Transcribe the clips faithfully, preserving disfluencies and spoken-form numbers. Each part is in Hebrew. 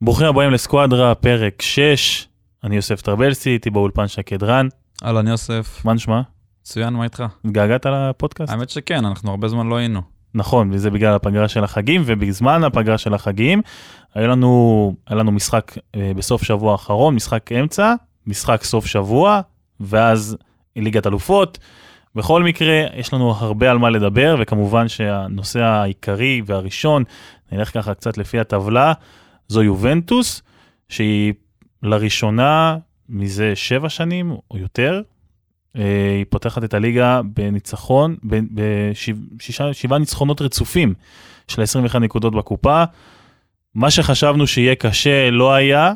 ברוכים הבאים לסקואדרה, פרק שש. אני יוסף טרבלסי, איתי באולפן שקדרן. אהלן יוסף. מה נשמע? מצוין, מה איתך? התגעגעת לפודקאסט? האמת שכן, אנחנו הרבה זמן לא היינו. נכון, וזה בגלל הפגרה של החגים, ובזמן הפגרה של החגים, היה לנו, היה לנו משחק אה, בסוף שבוע האחרון, משחק אמצע, משחק סוף שבוע, ואז ליגת אלופות. בכל מקרה, יש לנו הרבה על מה לדבר, וכמובן שהנושא העיקרי והראשון, נלך ככה קצת לפי הטבלה, זו יובנטוס, שהיא לראשונה מזה שבע שנים או יותר, היא פותחת את הליגה בניצחון, בשבעה ניצחונות רצופים של עשרים ואחת נקודות בקופה. מה שחשבנו שיהיה קשה לא היה,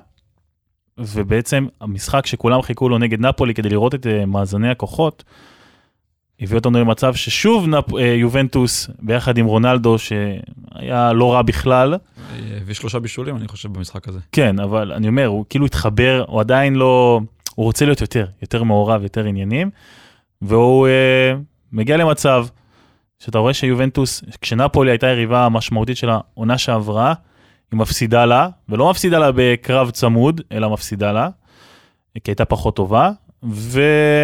ובעצם המשחק שכולם חיכו לו נגד נפולי כדי לראות את מאזני הכוחות, הביא אותנו למצב ששוב נפ... יובנטוס ביחד עם רונלדו, שהיה לא רע בכלל. הביא שלושה בישולים, אני חושב, במשחק הזה. כן, אבל אני אומר, הוא כאילו התחבר, הוא עדיין לא... הוא רוצה להיות יותר, יותר מעורב, יותר עניינים, והוא אה, מגיע למצב שאתה רואה שיובנטוס, כשנפולי הייתה יריבה המשמעותית של העונה שעברה, היא מפסידה לה, ולא מפסידה לה בקרב צמוד, אלא מפסידה לה, כי הייתה פחות טובה, ו...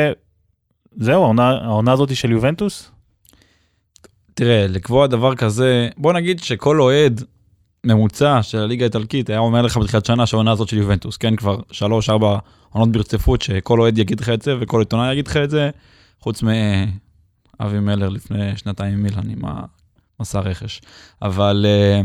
זהו, העונה, העונה הזאת של יובנטוס? תראה, לקבוע דבר כזה, בוא נגיד שכל אוהד ממוצע של הליגה האיטלקית היה אומר לך בתחילת שנה שהעונה הזאת של יובנטוס, כן, כבר שלוש, ארבע עונות ברציפות שכל אוהד יגיד לך את זה וכל עיתונאי יגיד לך את זה, חוץ מאבי מלר לפני שנתיים עם מילאן עם המסע רכש. אבל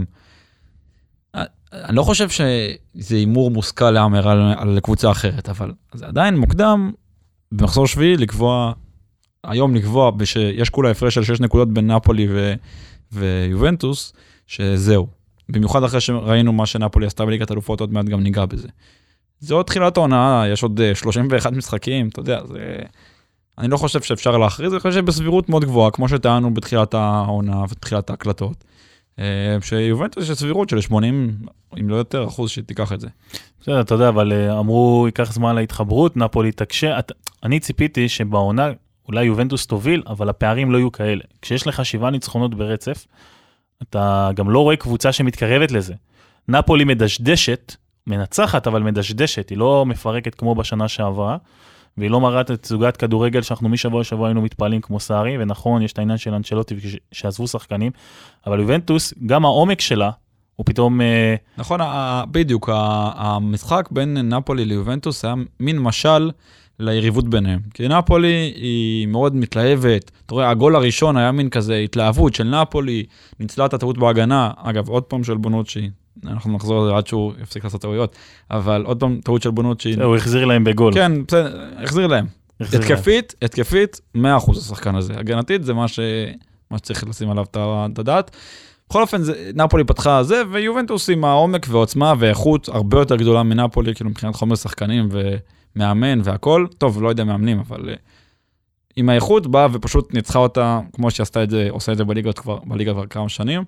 uh, אני לא חושב שזה אימור מושכל להאמר על, על קבוצה אחרת, אבל זה עדיין מוקדם במחזור שביעי לקבוע, היום לקבוע שיש כולה הפרש של שש נקודות בין נפולי ו, ויובנטוס, שזהו. במיוחד אחרי שראינו מה שנפולי עשתה בליגת אלופות, עוד מעט גם ניגע בזה. זה עוד תחילת העונה, יש עוד שלושים ואחד משחקים, אתה יודע, זה... אני לא חושב שאפשר להכריז, אני חושב בסבירות מאוד גבוהה, כמו שטענו בתחילת העונה ובתחילת ההקלטות, שיובנטוס יש סבירות של שמונים, אם לא יותר, אחוז שתיקח את זה. בסדר, אתה יודע, אבל אמרו, ייקח זמן להתחברות, נפולי תקשה. אני ציפיתי שבעונה אולי יובנטוס תוביל, אבל הפערים לא יהיו כאלה. כשיש לך שבעה ניצחונות ברצף, אתה גם לא רואה קבוצה שמתקרבת לזה. נפולי מדשדשת, מנצחת, אבל מדשדשת, היא לא מפרקת כמו בשנה שעברה, והיא לא מראה את סוגת כדורגל שאנחנו משבוע לשבוע היינו מתפעלים כמו סארי, ונכון, יש את העניין של אנצ'לוטי שעזבו שחקנים, אבל יובנטוס, גם העומק שלה, הוא פתאום... נכון, בדיוק, המשחק בין נפולי ליובנטוס היה מין משל ליריבות ביניהם. כי נפולי היא מאוד מתלהבת, אתה רואה, הגול הראשון היה מין כזה התלהבות של נפולי, ניצלה את הטעות בהגנה, אגב, עוד פעם של בונוצ'י, אנחנו נחזור לזה עד שהוא יפסיק לעשות טעויות, אבל עוד פעם טעות של בונוצ'י. הוא החזיר להם בגול. כן, בסדר, החזיר להם. התקפית, התקפית, מאה אחוז השחקן הזה. הגנתית זה מה ש... מה שצריך לשים עליו את הדעת. בכל אופן, נפולי פתחה זה, ויובנטוס עם העומק ועוצמה ואיכות הרבה יותר גדולה מנפולי, כאילו מבחינת חומר שחקנים ומאמן והכל. טוב, לא יודע מאמנים, אבל עם האיכות באה ופשוט ניצחה אותה, כמו שעשתה את זה, עושה את זה בליגה כבר, בליגה כבר כמה שנים.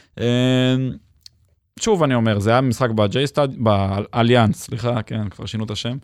שוב אני אומר, זה היה משחק ב-J-Stad, באליאנס, סליחה, כן, כבר שינו את השם.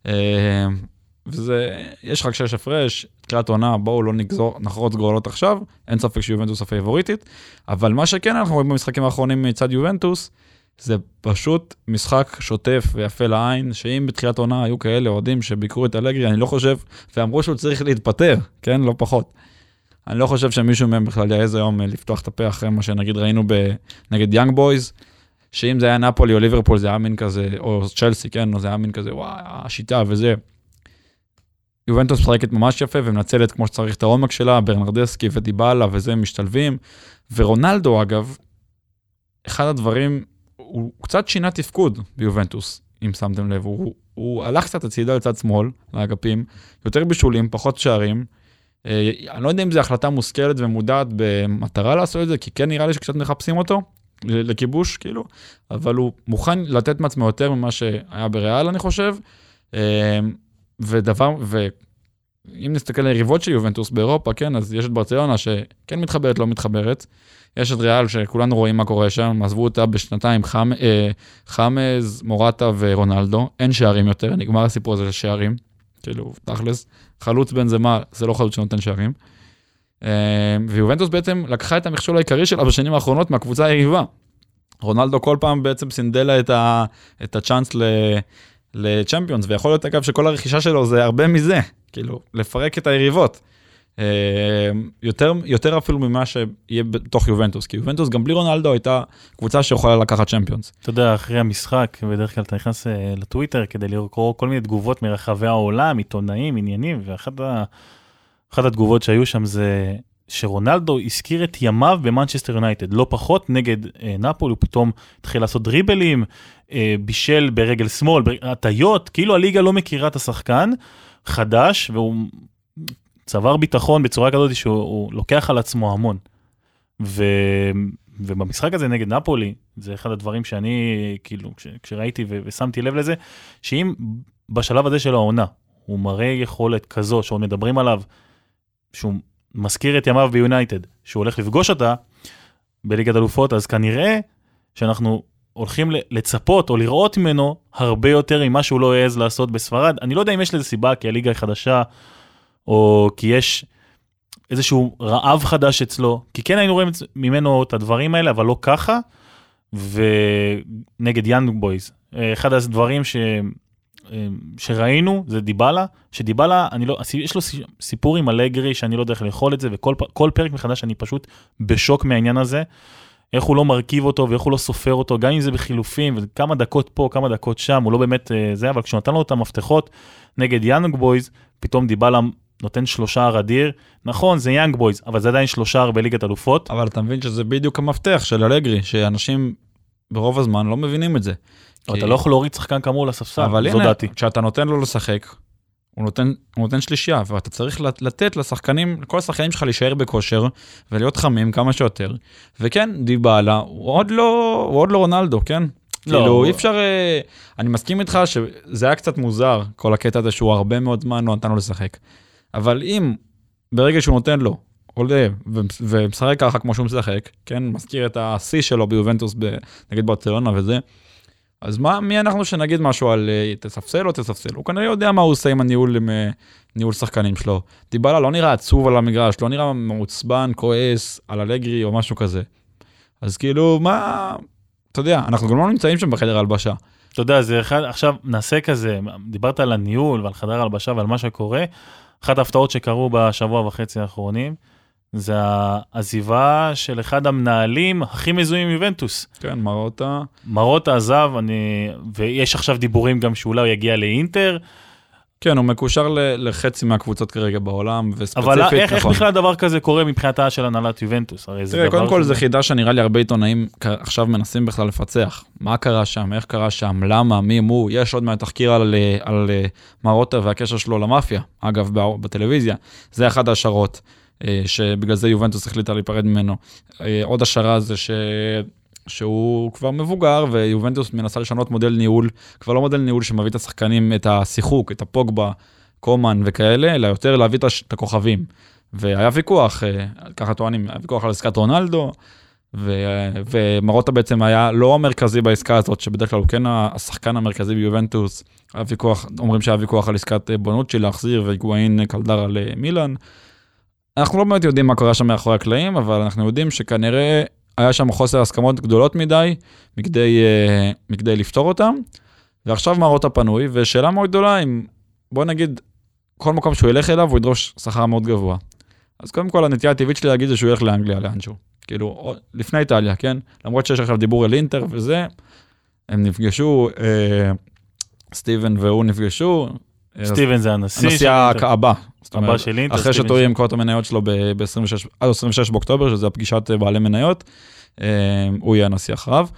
וזה, יש רק שש הפרש, תחילת עונה, בואו לא נגזור, נחרוץ גורלות עכשיו, אין ספק שיובנטוס הפייבוריטית, אבל מה שכן אנחנו רואים במשחקים האחרונים מצד יובנטוס, זה פשוט משחק שוטף ויפה לעין, שאם בתחילת עונה היו כאלה אוהדים שביקרו את אלגרי, אני לא חושב, ואמרו שהוא צריך להתפטר, כן, לא פחות. אני לא חושב שמישהו מהם בכלל יעז היום לפתוח את הפה אחרי מה שנגיד ראינו נגד יאנג בויז, שאם זה היה נפולי או ליברפול, זה היה מין כזה, או צ'לסי, כן, או זה היה מין כזה, וואי, השיטה וזה. יובנטוס משחקת ממש יפה, ומנצלת כמו שצריך את העומק שלה, ברנרדסקי ודיבאלה וזה משתלבים, ורונלדו אגב, אחד הדברים, הוא קצת שינה תפקוד ביובנטוס, אם שמתם לב, הוא, הוא הלך קצת הצידה לצד שמאל, לאגפים, יותר בישולים, פחות שערים, אני לא יודע אם זו החלטה מושכלת ומודעת במטרה לעשות את זה, כי כן נראה לי שקצת מחפשים אותו, לכיבוש, כאילו, אבל הוא מוכן לתת מעצמו יותר ממה שהיה בריאל, אני חושב, ודבר, ואם נסתכל על היריבות של יובנטוס באירופה, כן, אז יש את ברצלונה שכן מתחברת, לא מתחברת, יש את ריאל שכולנו רואים מה קורה שם, עזבו אותה בשנתיים, חמ, אה, חמז, מורטה ורונלדו, אין שערים יותר, נגמר הסיפור הזה של שערים, כאילו, תכלס, חלוץ בן זה מה, זה לא חלוץ שנותן שערים, ויובנטוס בעצם לקחה את המכשול העיקרי שלה בשנים האחרונות מהקבוצה היריבה, רונלדו כל פעם בעצם סינדלה את, ה, את הצ'אנס ל, לצ'מפיונס, ויכול להיות אגב שכל הרכישה שלו זה הרבה מזה, כאילו, לפרק את היריבות. יותר, יותר אפילו ממה שיהיה בתוך יובנטוס, כי יובנטוס גם בלי רונלדו הייתה קבוצה שיכולה לקחת צ'מפיונס. אתה יודע, אחרי המשחק, בדרך כלל אתה נכנס לטוויטר כדי לקרוא כל מיני תגובות מרחבי העולם, עיתונאים, עניינים, ואחת התגובות שהיו שם זה שרונלדו הזכיר את ימיו במנצ'סטר יונייטד, לא פחות נגד נאפולי, הוא פתאום התחיל לעשות דריבלים, בישל ברגל שמאל, הטיות, כאילו הליגה לא מכירה את השחקן חדש, והוא צבר ביטחון בצורה כזאת שהוא לוקח על עצמו המון. ו... ובמשחק הזה נגד נאפולי, זה אחד הדברים שאני, כאילו, כש... כשראיתי ו... ושמתי לב לזה, שאם בשלב הזה של העונה, הוא מראה יכולת כזו, שעוד מדברים עליו, שהוא מזכיר את ימיו ביונייטד, שהוא הולך לפגוש אותה בליגת אלופות, אז כנראה שאנחנו הולכים לצפות או לראות ממנו הרבה יותר ממה שהוא לא העז לעשות בספרד. אני לא יודע אם יש לזה סיבה, כי הליגה היא חדשה, או כי יש איזשהו רעב חדש אצלו, כי כן היינו רואים ממנו את הדברים האלה, אבל לא ככה, ונגד יאנג בויז. אחד הדברים ש... שראינו זה דיבלה, שדיבלה, אני לא, יש לו סיפור עם אלגרי שאני לא יודע איך לאכול את זה, וכל כל פרק מחדש אני פשוט בשוק מהעניין הזה, איך הוא לא מרכיב אותו ואיך הוא לא סופר אותו, גם אם זה בחילופים, וכמה דקות פה, כמה דקות שם, הוא לא באמת זה, אבל כשנתן לו את המפתחות נגד יאנג בויז, פתאום דיבלה נותן שלושה רדיר, נכון, זה יאנג בויז, אבל זה עדיין שלושה בליגת אלופות. אבל אתה מבין שזה בדיוק המפתח של אלגרי, שאנשים ברוב הזמן לא מבינים את זה. כי... אתה לא יכול להוריד שחקן כאמור לספסל, אבל הנה, דעתי. כשאתה נותן לו לשחק, הוא נותן, הוא נותן שלישייה, ואתה צריך לתת לשחקנים, לכל השחקנים שלך להישאר בכושר, ולהיות חמים כמה שיותר. וכן, דיבלה, הוא עוד לא, הוא עוד לא רונלדו, כן? לא. כאילו, אי אפשר, אני מסכים איתך שזה היה קצת מוזר, כל הקטע הזה שהוא הרבה מאוד זמן לא נתן לו לשחק. אבל אם ברגע שהוא נותן לו, עולה ומשחק ככה כמו שהוא משחק, כן, מזכיר את ה-C שלו ביובנטוס, נגיד ברצלונה וזה, אז מה, מי אנחנו שנגיד משהו על תספסל או תספסל? הוא כנראה יודע מה הוא עושה עם הניהול, עם ניהול שחקנים שלו. דיבלה לא נראה עצוב על המגרש, לא נראה מעוצבן, כועס, על אלגרי או משהו כזה. אז כאילו, מה, אתה יודע, אנחנו גם לא נמצאים שם בחדר הלבשה. אתה יודע, זה אחד, עכשיו נעשה כזה, דיברת על הניהול ועל חדר הלבשה ועל מה שקורה, אחת ההפתעות שקרו בשבוע וחצי האחרונים, זה העזיבה של אחד המנהלים הכי מזוהים מיובנטוס. כן, מרוטה. מרוטה עזב, אני... ויש עכשיו דיבורים גם שאולי הוא יגיע לאינטר. כן, הוא מקושר לחצי מהקבוצות כרגע בעולם, וספציפית, אבל איך, איך בכלל דבר כזה קורה מבחינתה של הנהלת יובנטוס? תראה, קודם כל זה חידה שנראה לי הרבה עיתונאים עכשיו מנסים בכלל לפצח. מה קרה שם? איך קרה שם? למה? מי? מו? יש עוד מהתחקיר על, על מרוטה והקשר שלו למאפיה, אגב, בטלוויזיה. זה אחד השערות, שבגלל זה יובנטוס החליטה להיפרד ממנו. עוד השערה זה ש... שהוא כבר מבוגר, ויובנטוס מנסה לשנות מודל ניהול, כבר לא מודל ניהול שמביא את השחקנים, את השיחוק, את הפוגבה, קומן וכאלה, אלא יותר להביא את הכוכבים. והיה ויכוח, ככה טוענים, היה ויכוח על עסקת רונלדו, ו- ומרוטה בעצם היה לא המרכזי בעסקה הזאת, שבדרך כלל הוא כן השחקן המרכזי ביובנטוס, היה ויכוח, אומרים שהיה ויכוח על עסקת בונוצ'י להחזיר, והיגואין קלדרה למילאן. אנחנו לא באמת יודעים מה קורה שם מאחורי הקלעים, אבל אנחנו יודעים שכנראה היה שם חוסר הסכמות גדולות מדי, מכדי, מכדי לפתור אותם, ועכשיו מרוטה פנוי, ושאלה מאוד גדולה, אם בוא נגיד, כל מקום שהוא ילך אליו, הוא ידרוש שכר מאוד גבוה. אז קודם כל, הנטייה הטבעית שלי להגיד זה שהוא ילך לאנגליה, לאנשהו. כאילו, לפני איטליה, כן? למרות שיש עכשיו דיבור על אינטר וזה, הם נפגשו, אה, סטיבן והוא נפגשו. סטיבן זה הנשיא. הנשיא הבא. הבא של אינטר. אחרי שתורי עם כל המניות שלו ב-עשרים ושש, עד עשרים ושש באוקטובר, שזה הפגישת בעלי מניות, הוא יהיה הנשיא אחריו.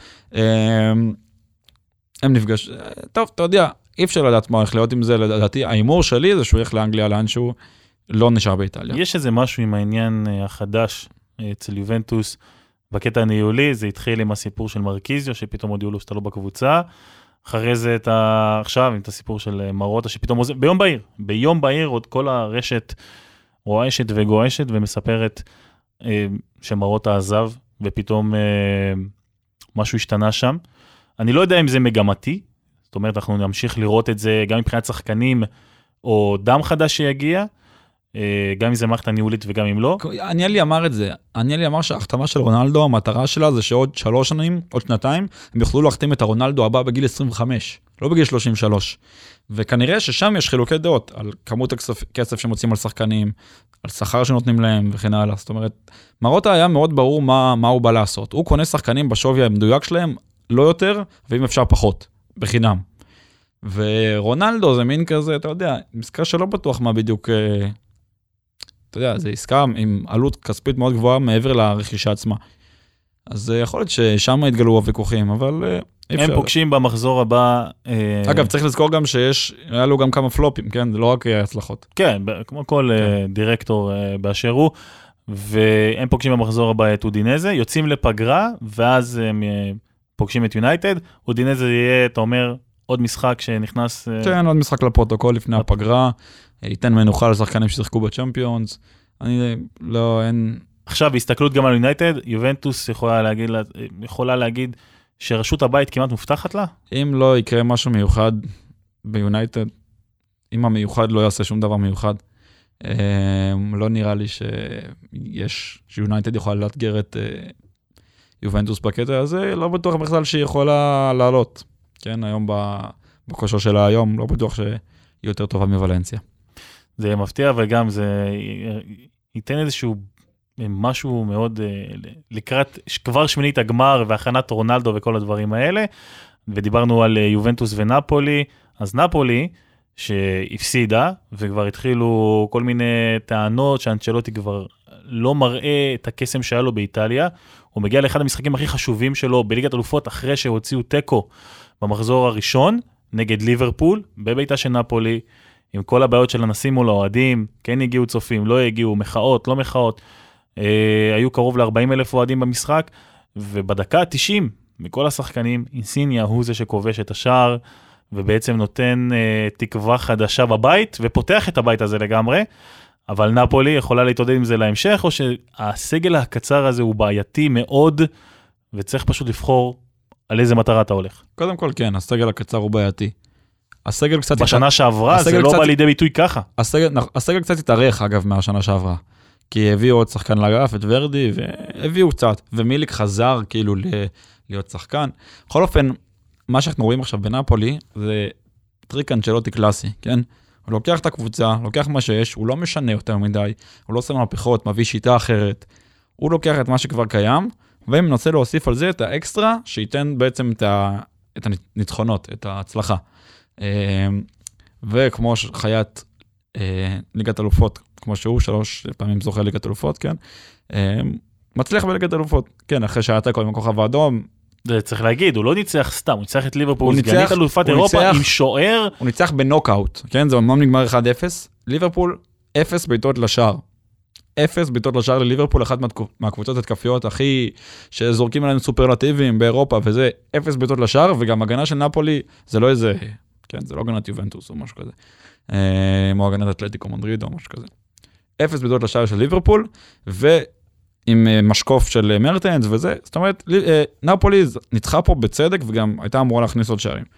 הם נפגש, טוב, אתה יודע, אי אפשר לדעת מה הולך להיות עם זה, לדעתי, האימור שלי זה שהוא ילך לאנגליה לאן שהוא לא נשאר באיטליה. יש איזה משהו עם העניין החדש אצל יובנטוס, בקטע הניהולי, זה התחיל עם הסיפור של מרקיזיו, שפתאום הודיעו לו שאתה לא בקבוצה, אחרי זה את ה... עכשיו, עם את הסיפור של מרוטה, שפתאום עוזב, ביום בהיר, ביום בהיר עוד כל הרשת רועשת וגועשת, ומספרת אה, שמרוטה עזב, ופתאום אה, משהו השתנה שם. אני לא יודע אם זה מגמתי, זאת אומרת, אנחנו נמשיך לראות את זה גם מבחינת שחקנים, או דם חדש שיגיע, גם אם זה מערכת הניהולית וגם אם לא. אניאלי אמר את זה, אניאלי אמר שההחתמה של רונלדו, המטרה שלה זה שעוד שלוש שנים, עוד שנתיים, הם יוכלו להחתים את הרונלדו הבא בגיל עשרים וחמש, לא בגיל שלושים ושלוש. וכנראה ששם יש חילוקי דעות, על כמות הכסף שמוצאים על שחקנים, על שכר שנותנים להם וכן הלאה. זאת אומרת, מרוטה היה מאוד ברור מה, מה הוא בא לעשות. הוא קונה שחקנים בשווי המדויק שלהם, לא יותר, ואם אפשר פחות, בחינם. ורונלדו זה מין כזה, אתה יודע, עסקה שלא בטוח מה בדיוק, אתה יודע, זה עסקה עם עלות כספית מאוד גבוהה מעבר לרכישה עצמה. אז יכול להיות ששם התגלו הוויכוחים, אבל הם פוגשים במחזור הבא. אגב, צריך לזכור גם שיש, היה לו גם כמה פלופים, כן? זה לא רק הצלחות. כן, כמו כל דירקטור באשר הוא, והם פוגשים במחזור הבא את אודינזה, יוצאים לפגרה, ואז הם פוגשים את יונייטד. אודינזה יהיה, אתה אומר, עוד משחק שנכנס... כן, עוד משחק לפרוטוקול לפני הפגרה, ייתן מנוחה לשחקנים ששיחקו בצ'מפיונס. אני לא, אין... עכשיו, בהסתכלות גם על יונייטד, יובנטוס יכולה להגיד, יכולה להגיד שרשות הבית כמעט מובטחת לה? אם לא יקרה משהו מיוחד ביונייטד, אם המיוחד לא יעשה שום דבר מיוחד, לא נראה לי שיש, שיונייטד יכולה לאתגר את יובנטוס בקטע הזה, לא בטוח בכלל שהיא יכולה לעלות. כן, היום בכושר שלה היום, לא בטוח שהיא יותר טובה מוולנסיה. זה מפתיע, וגם זה ייתן איזשהו משהו מאוד לקראת כבר שמינית הגמר והכנת רונלדו וכל הדברים האלה, ודיברנו על יובנטוס ונפולי. אז נפולי שהפסידה, וכבר התחילו כל מיני טענות שאנצ'לוטי כבר לא מראה את הקסם שהיה לו באיטליה. הוא מגיע לאחד המשחקים הכי חשובים שלו בליגת אלופות, אחרי שהוציאו טקו במחזור הראשון נגד ליברפול בביתה של נפולי, עם כל הבעיות של אנסים מול האוהדים, כן הגיעו צופים, לא הגיעו, מחאות, לא מחאות, אה, היו קרוב ל-ארבעים אלף אוהדים במשחק, ובדקה ה-תשעים מכל השחקנים, אינסיניה הוא זה שכובש את השער, ובעצם נותן אה, תקווה חדשה בבית, ופותח את הבית הזה לגמרי. אבל נפולי יכולה להתעודד עם זה להמשך, או שהסגל הקצר הזה הוא בעייתי מאוד, וצריך פשוט לבחור על איזה מטרה אתה הולך. קודם כל כן, הסגל הקצר הוא בעייתי. הסגל קצת... בשנה שעברה זה לא בא לידי ביטוי ככה. הסגל קצת התארך אגב מהשנה שעברה, כי הביאו עוד שחקן לאגף, את ורדי, והביאו קצת, ומיליק חזר כאילו להיות שחקן. בכל אופן, מה שאנחנו רואים עכשיו בנפולי, זה טריק אנצ'לוטי קלאסי, כן? הוא לוקח את הקבוצה, לוקח מה שיש, הוא לא משנה יותר מדי, הוא לא עושה מהפכות, מביא שיטה אחרת, הוא לוקח את מה שכבר קיים, ומנסה להוסיף על זה את האקסטרה, שייתן בעצם את, ה... את הניצחונות, את ההצלחה. וכמו חיית ליגת אלופות, כמו שהוא, שלוש פעמים זוכה ליגת אלופות, כן? מצליח בליגת אלופות, כן, אחרי שהיה תיקו עם הכוכב האדום, זה צריך להגיד, הוא לא ניצח סתם, הוא ניצח את ליברפול, סגנית אלופת אירופה עם שוער. הוא ניצח בנוקאוט, כן? זה ממש נגמר אחד אפס. ליברפול, אפס בעיטות לשער. אפס בעיטות לשער לליברפול, אחת מהקבוצות התקפיות הכי, שזורקים עלינו סופרלטיביים באירופה, וזה אפס בעיטות לשער, וגם הגנה של נפולי, זה לא איזה, כן, זה לא הגנת יובנטוס או משהו כזה. או הגנת אתלטיקו מדריד או משהו כזה. אפס בעיטות לשער של ליברפול, ו עם משקוף של מרטנס וזה, זאת אומרת, נפולי ניצחה פה בצדק, וגם הייתה אמורה להכניס עוד שערים.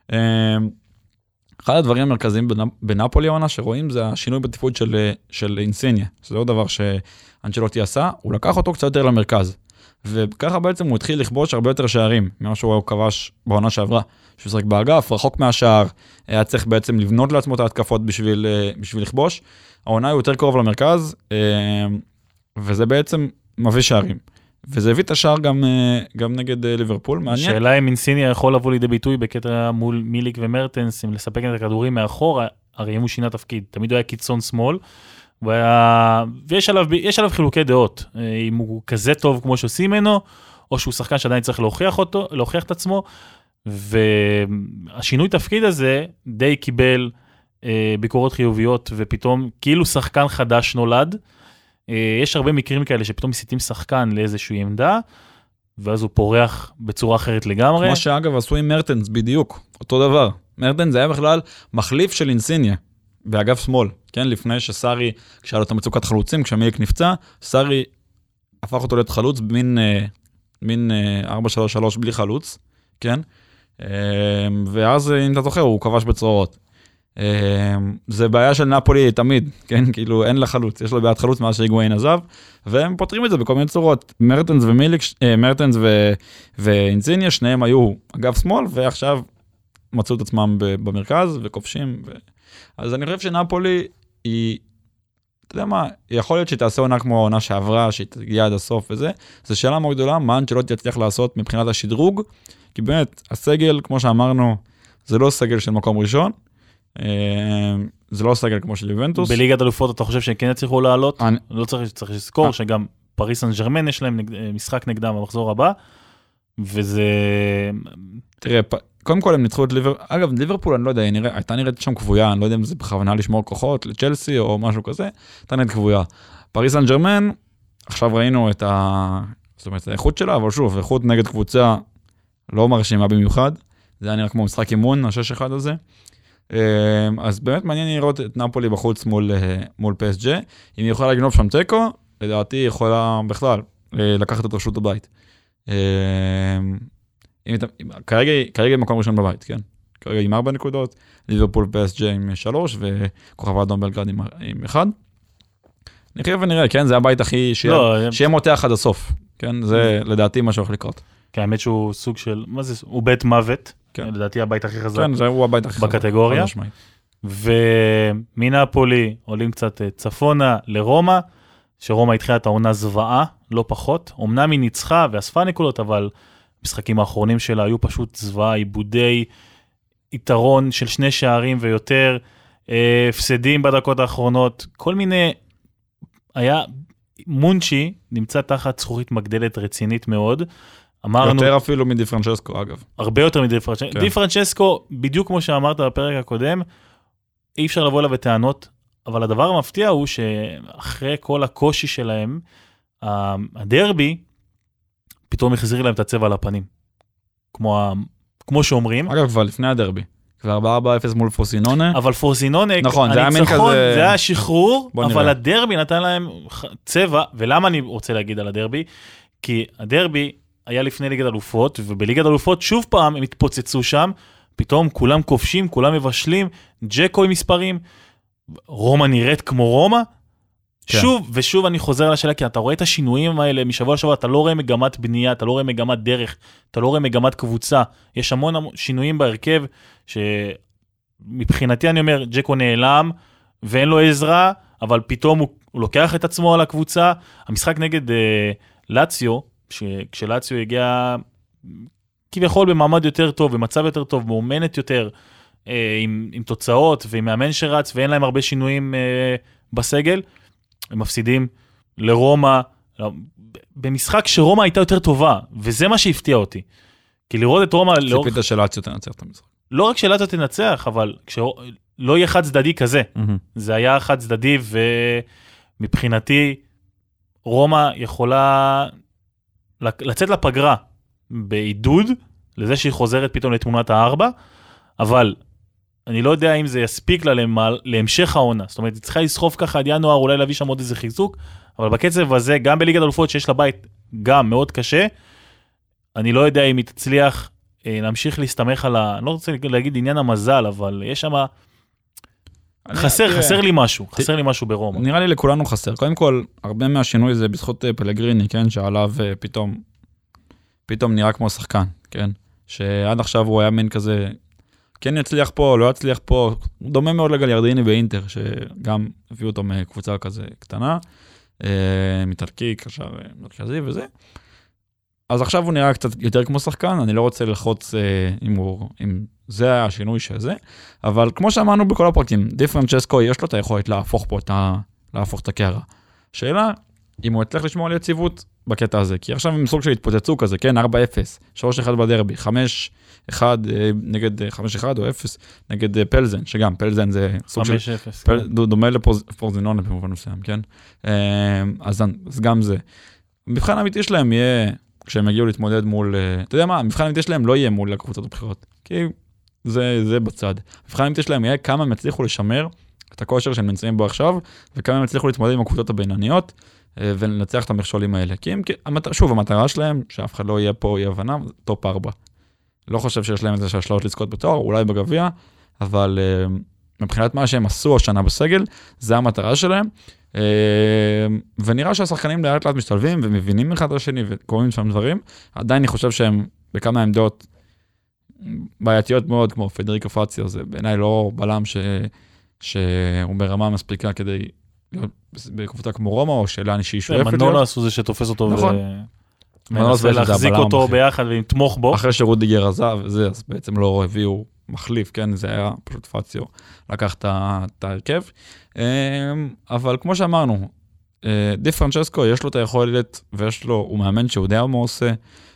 אחד הדברים המרכזיים בנפולי העונה שרואים, זה השינוי בתפקוד של, של אינסיניה, שזה עוד דבר שאנצ'לוטי עשה, הוא לקח אותו קצת יותר למרכז, וככה בעצם הוא התחיל לכבוש הרבה יותר שערים, ממה שהוא כבש בעונה שעברה, שהוא שחק באגף, רחוק מהשער, היה צריך בעצם לבנות לעצמו את ההתקפות בשביל, בשביל לכבוש, העונה הוא יותר קרוב למרכז, וזה בעצם מביא שערים. וזה הביא את השער גם, גם נגד ליברפול, מעניין. שאלה אם אינסיניה יכול לבוא לידי ביטוי בקטע מול מיליק ומרטנס, אם לספק את הכדורים מאחור, הרי אם הוא שינה תפקיד, תמיד הוא היה קיצון שמאל, והיה, ויש עליו, יש עליו חילוקי דעות, אם הוא כזה טוב כמו שעושים ממנו, או שהוא שחקן שעדיין צריך להוכיח אותו, להוכיח את עצמו, והשינוי תפקיד הזה די קיבל ביקורות חיוביות, ופתאום כאילו שחקן חדש נולד, יש הרבה מקרים כאלה שפתאום מסיתים שחקן לאיזושהי עמדה, ואז הוא פורח בצורה אחרת לגמרי. כמו שאגב עשו עם מרטנס בדיוק, אותו דבר. מרטנס זה היה בכלל מחליף של אינסיניה, באגף שמאל, כן? לפני שסארי, כשהיה לו את המצוקת חלוצים, כשהמיליק נפצע, סארי הפך אותו להיות חלוץ במין מין ארבע שלוש שלוש בלי חלוץ, כן? ואז אם אתה זוכר, הוא כבש בצרורות. זה בעיה של נאפולי תמיד, כן? כאילו אין לה חלוץ, יש לו בעיית חלוץ מאז שהיגואין עזב, והם פותרים את זה בכל מיני צורות. מרטנס ומיליק, מרטנס ואינציניה, שניהם היו אגב שמאל, ועכשיו מצאו את עצמם במרכז וכובשים. אז אני חושב שנאפולי היא, אתה יודע מה, יכול להיות שהיא תעשה עונה כמו העונה שעברה, שהיא תגיע עד הסוף וזה, זו שאלה מאוד גדולה, מה שלא תצליח לעשות מבחינת השדרוג, כי באמת, הסגל, כמו שאמרנו, זה לא סגל של מקום ראשון, זה לא סגל כמו של יובנטוס. בליגת אלופות אתה חושב שהם כן יצליחו לעלות? לא צריך לזכור שגם פריס סן ז'רמן יש להם משחק נגדם במחזור הבא, וזה... תראה, קודם כל הם ניצחו את ליברפול, אגב, ליברפול אני לא יודע, הייתה נראית שם קבויה, אני לא יודע אם זה בכוונה לשמור כוחות לצ'לסי או משהו כזה, הייתה נראית קבויה. פריס סן ז'רמן, עכשיו ראינו את ה... זאת אומרת, האיכות שלה, אבל שוב, איכות נגד קבוצה לא מרשימה במיוחד, זה היה נראה כמו משחק אימון, ה-שש אחד הזה. אז באמת מעניין לראות את נאפולי בחוץ מול, מול פי אס ג'י. אם היא יכולה לגנוב שם טקו, לדעתי היא יכולה בכלל לקחת את רשות הבית. כרגע היא מקום ראשון בבית, כן? כרגע עם ארבע נקודות, ליברפול פי אס ג'י עם שלוש, וכוכב האדום בלגרד עם, עם אחד. נחיה ונראה, כן? זה הבית הכי, שיהיה, לא, שיהיה מותח עד הסוף. כן? זה לדעתי מה שהולך לקרות. כן, האמת שהוא סוג של, מה זה? הוא בית מוות. כן. לדעתי הבית הכי חזק. כן, זהו הבית הכי חזק. בקטגוריה. ומנאפולי עולים קצת צפונה לרומא, שרומא התחילה את העונה זוועה, לא פחות. אמנם היא ניצחה ואספה נקודות, אבל המשחקים האחרונים שלה היו פשוט זוועה, עיבודי יתרון של שני שערים ויותר, הפסדים בדקות האחרונות, כל מיני, היה, מונצ'י נמצא תחת זכוכית מגדלת רצינית מאוד, אמרנו... יותר אפילו מדי פרנצ'סקו, אגב. הרבה יותר מדי פרנצ'סקו. כן. די פרנצ'סקו, בדיוק כמו שאמרת בפרק הקודם, אי אפשר לבוא אליו בטענות, אבל הדבר המפתיע הוא שאחרי כל הקושי שלהם, הדרבי, פתאום החזיר להם את הצבע על הפנים. כמו, כמו שאומרים. אגב, כבר לפני הדרבי. כבר ארבע ארבע אפס מול פורסינונה. אבל פורסינונה, נכון, זה היה מין כזה... זה היה שחרור, אבל נראה. הדרבי נתן להם צבע, ולמה אני רוצה להגיד על הדרבי? כי הדרבי היה לפני ליגת אלופות, ובליגת אלופות שוב פעם הם התפוצצו שם, פתאום כולם כובשים, כולם מבשלים, ג'קו עם מספרים, רומא נראית כמו רומא, כן. שוב ושוב אני חוזר על השאלה, כי אתה רואה את השינויים האלה משבוע לשבוע, אתה לא רואה מגמת בנייה, אתה לא רואה מגמת דרך, אתה לא רואה מגמת קבוצה, יש המון שינויים בהרכב, שמבחינתי אני אומר, ג'קו נעלם, ואין לו עזרה, אבל פתאום הוא, הוא לוקח את עצמו על הקבוצה, המשחק נגד אה, לציו, כשלציו הגיע כביכול במעמד יותר טוב, במצב יותר טוב, מאומנת יותר, אה, עם, עם תוצאות ועם מאמן שרץ, ואין להם הרבה שינויים אה, בסגל, הם מפסידים לרומא, במשחק שרומא הייתה יותר טובה, וזה מה שהפתיע אותי. כי לראות את רומא... ציפית שלציו תנצח את המשחק. לא רק שלציו תנצח, אבל לא יהיה חד צדדי כזה. זה היה חד צדדי, ומבחינתי רומא יכולה לצאת לפגרה בעידוד, לזה שהיא חוזרת פתאום לתמונת הארבע, אבל אני לא יודע אם זה יספיק לה להמשך העונה. זאת אומרת, היא צריכה לסחוף ככה עד ינואר, אולי להביא שם עוד איזה חיזוק, אבל בקצב הזה, גם בליגת אלופות שיש לה בית גם מאוד קשה, אני לא יודע אם היא תצליח אה, להמשיך להסתמך על ה... אני לא רוצה להגיד עניין המזל, אבל יש שם... חסר, תראה, חסר לי משהו, ת... חסר לי משהו ברומא. נראה לי לכולנו חסר. קודם כל, הרבה מהשינוי זה בזכות פלגריני, כן? שעליו פתאום, פתאום נראה כמו שחקן, כן? שעד עכשיו הוא היה מין כזה... כן יצליח פה, לא יצליח פה, הוא דומה מאוד לגליארדיני באינטר, שגם הביאו אותו מקבוצה כזה קטנה, מטלקי, קשר מרכזי וזה. אז עכשיו הוא נראה קצת יותר כמו שחקן, אני לא רוצה ללחוץ אם, הוא, אם זה היה השינוי שזה, אבל כמו שאמרנו בכל הפרקים, די פרנצ'סקו יש לו את היכולת להפוך פה את, ה, להפוך את הקערה. שאלה, אם הוא יצליח לשמור על יציבות בקטע הזה, כי עכשיו הם סוג של התפוצצו כזה, כן, ארבע אפס, שלוש אחד בדרבי, חמש אחד נגד חמש אחד או אפס נגד פלזן, שגם פלזן זה סוג של... פל, דומה לפורזינונה במובן מסוים, כן? אז, אז גם זה. מבחן האמיתי שלהם יהיה, כשהם יגיעו להתמודד מול... אתה יודע מה, המבחן האמיתי שלהם לא יהיה מול הקבוצות הבחירות, כי זה, זה בצד. המבחן האמיתי שלהם יהיה כמה הם הצליחו לשמר את הכושר שהם נמצאים בו עכשיו, וכמה הם הצליחו להתמודד עם הקבוצות הבינוניות, ולנצח את המכשולים האלה. כי הם, שוב, המטרה שלהם, שאף אחד לא יהיה פה אי הבנה, טופ ארבע. לא חושב שיש להם איזה שהשלאות לזכות בתואר, אולי בגביע, אבל מבחינת מה שהם עשו השנה בסגל, זה המטרה שלהם, ונראה שהשחקנים לאט לאט משתלבים ומבינים אחד לשני וקוראים שם דברים, עדיין אני חושב שהם בכמה עמדות בעייתיות מאוד, כמו פדריקו פאציו, זה בעיניי לא בלם ש... שהוא ברמה מספיקה כדי להיות בקבוצה כמו רומא, או שאלה שהיא שואפת להיות. מנולס הוא זה שתופס אותו, נכון. ומנסה להחזיק אותו ביחד ולתמוך בו. אחרי שרודיגר עזב, זה, אז בעצם לא הביאו מחליף, כן, זה היה פשוט פאציו, לקח את ההרכב. אבל כמו שאמרנו, די פרנצ'סקו, יש לו את היכולת, ויש לו, הוא מאמן שהוא יודע מה עושה,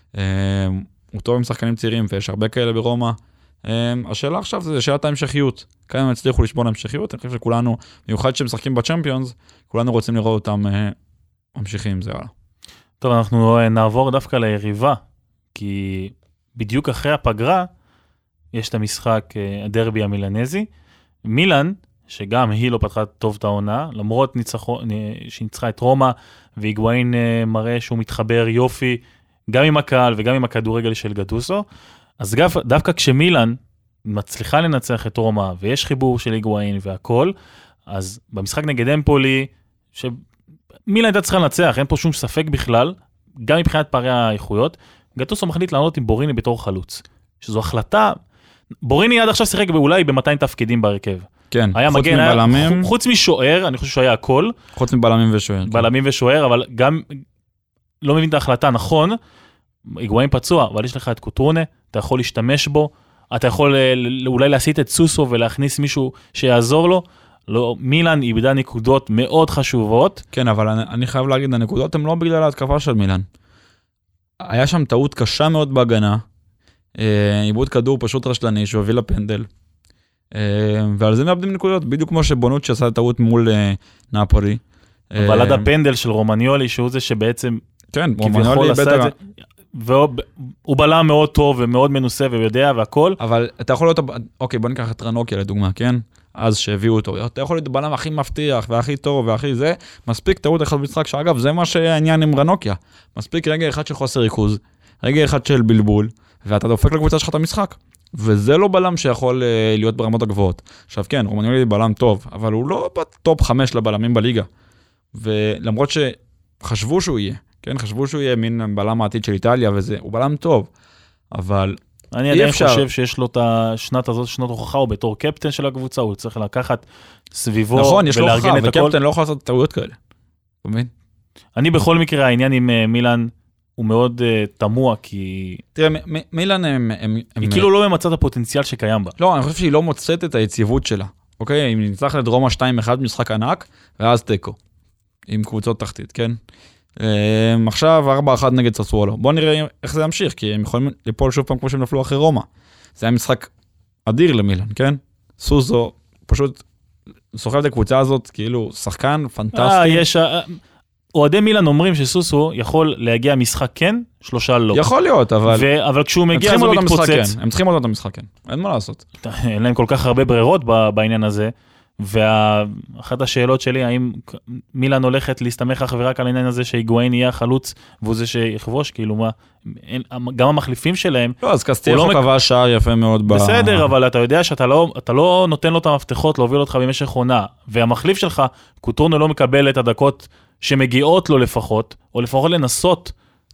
הוא טוב עם שחקנים צעירים, ויש הרבה כאלה ברומא. השאלה עכשיו זה שאלת ההמשכיות. כמה הם הצליחו לשמור להמשכיות, אני חושב שכולנו, מיוחד שהם משחקים בצ'מפיונס, כולנו רוצים לראות אותם ממשיכים, זה הלאה. טוב, אנחנו נעבור דווקא ליריבה, כי בדיוק אחרי הפגרה, יש את המשחק הדרבי המילנזי. מילאן, שגם היא לא פתחה טוב את העונה, למרות ניצחו, שניצחה את רומא, והיגואין מראה שהוא מתחבר יופי, גם עם הקהל וגם עם הכדורגל של גטוסו. אז דווקא כשמילאן מצליחה לנצח את רומא, ויש חיבור של היגואין והכל, אז במשחק נגד אמפולי, שמילאן הייתה צריכה לנצח, אין פה שום ספק בכלל, גם מבחינת פערי האיכויות, גטוסו מחליט לענות עם בוריני בתור חלוץ. שזו החלטה, בוריני עד עכשיו שיחק אולי ב-מאתיים תפקידים בהרכב. כן, היה חוץ מגן, מבלמים. היה, חוץ משוער, אני חושב שהיה הכל. חוץ מבלמים ושוער. בלמים כן. ושוער, אבל גם לא מבין את ההחלטה, נכון, היגואין פצוע, אבל יש לך את קוטרונה, אתה יכול להשתמש בו, אתה יכול אולי להסיט את סוסו ולהכניס מישהו שיעזור לו. לא, מילאן איבדה נקודות מאוד חשובות. כן, אבל אני, אני חייב להגיד, הנקודות הן לא בגלל ההתקפה של מילאן. היה שם טעות קשה מאוד בהגנה, איבוד כדור פשוט רשלני שהוביל לפנדל, ועל זה מאבדים נקודות, בדיוק כמו שבונות שעשה טעות מול נאפולי. אבל עד הפנדל של רומניולי, שהוא זה שבעצם כן, רומניולי בטח... והוא בלם מאוד טוב ומאוד מנוסה ויודע והכל. אבל אתה יכול להיות, אוקיי, בוא ניקח את רנוקיה לדוגמה, כן? אז שהביאו אותו. אתה יכול להיות בלם הכי מבטיח והכי טוב והכי זה, מספיק טעות אחד במשחק, שאגב, זה מה שהעניין עם רנוקיה. מספיק רגע אחד של חוסר ריכוז, רגע אחד של בלבול, ואתה דופק לקבוצה שלך את המשחק. וזה לא בלם שיכול להיות ברמות הגבוהות. עכשיו כן, רומניולי בלם טוב, אבל הוא לא בטופ חמש לבלמים בליגה. ולמרות שחשבו שהוא יהיה, כן, חשבו שהוא יהיה מין בלם העתיד של איטליה, וזה, הוא בלם טוב, אבל אני עדיין חושב שיש לו את השנת הזאת, שנות הוכחה, הוא בתור קפטן של הקבוצה, הוא צריך לקחת סביבו, נכון, יש לו הוכחה, וקפטן לא יכול לעשות טעויות כאלה. אתה מבין? אני בכל מקרה, העניין עם מילאן, הוא מאוד תמוה, כי... תראה, מילאן הם... היא כאילו לא ממצאת הפוטנציאל שקיים בה. לא, אני חושב שהיא לא מוצאת את היציבות שלה. אוקיי? אם נצטרך לדרום שתיים אחד משחק ענק, ואז טקו. עם קבוצות תחתית, כן? עכשיו ארבע אחת נגד ססוולו. בואו נראה איך זה ימשיך, כי הם יכולים ליפול שוב פעם כמו שהם נפלו אחרי רומא. זה היה משחק אדיר למילאן, כן? סוסו פשוט סוחב את הקבוצה הזאת, כאילו שחקן פנטסטי. אה, יש... אוהדי מילאן אומרים שסוסו יכול להגיע משחק כן, שלושה לא. יכול להיות, אבל... ו... אבל כשהוא מגיע אז הוא מתפוצץ. הם צריכים אותו את המשחק כן, אין מה לעשות. אין להם כל כך הרבה ברירות בעניין הזה. ואחת השאלות שלי, האם מילאן הולכת להסתמך אך ורק על העניין הזה שהיגואין יהיה החלוץ, והוא זה שיחבוש, כאילו מה, גם המחליפים שלהם... לא, אז קסטייחו קבע שער יפה מאוד. בסדר, אבל אתה יודע שאתה לא, אתה לא נותן לו את המפתחות להוביל אותך במשך עונה, והמחליף שלך, קוטורנו לא מקבל את הדקות שמגיעות לו לפחות, או לפחות לנסות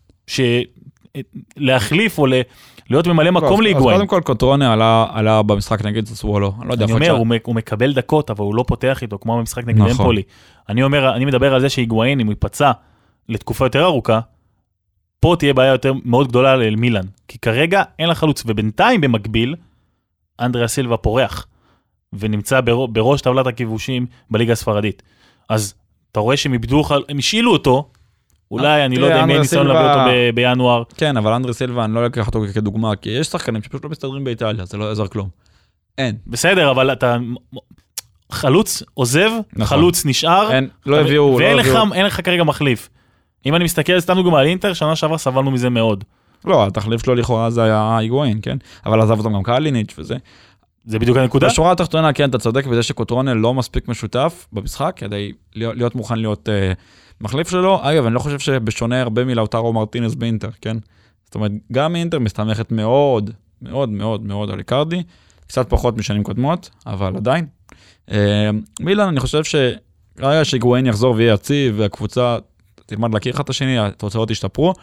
להחליף או להיות ממלא מקום להיגואין. אז קודם כל קוטרונה עלה, עלה במשחק נגד ססוולו. אני אומר, הוא מקבל דקות, אבל הוא לא פותח איתו, כמו במשחק נגד אמפולי. אני אומר, אני מדבר על זה שהיגואין, אם הוא ייפצע לתקופה יותר ארוכה, פה תהיה בעיה יותר מאוד גדולה למילאן. כי כרגע אין לה חלוץ, ובינתיים במקביל, אנדריה סילבה פורח, ונמצא בראש טבלת הכיבושים בליגה הספרדית. אז אתה רואה שהם איבדו, הם השאילו אותו, אולי, אני לא יודע אם אין ניסיון להביא אותו בינואר. כן, אבל אנדרי סילבה, אני לא לקח אותו כדוגמה, כי יש שחקנים שפשוט לא מסתדרים באיטליה, זה לא עזר כלום. אין. בסדר, אבל אתה... חלוץ עוזב, חלוץ נשאר, לא הביאו... ואין לך כרגע מחליף. אם אני מסתכל, סתם דוגמה על אינטר, שנה שעבר סבלנו מזה מאוד. לא, התחליף שלו לכאורה זה היה היגואין, כן? אבל עזב אותם גם קאליניץ' וזה. זה בדיוק הנקודה. בשורה התחתונה, כן, אתה צודק, וזה שקוטרונה לא מספיק משותף במשחק, כדי להיות מוכן להיות מחליף שלו. אגב, אני לא חושב שבשונה הרבה מלאוטרו מרטינס באינטר, כן? זאת אומרת, גם אינטר מסתמכת מאוד, מאוד, מאוד, מאוד על איקרדי. קצת פחות משנים קודמות, אבל עדיין. מילאן, אני חושב שרגע שגואין יחזור ויהיה יציב, והקבוצה תלמד להכיר אחד את השני, התוצאות ישתפרו.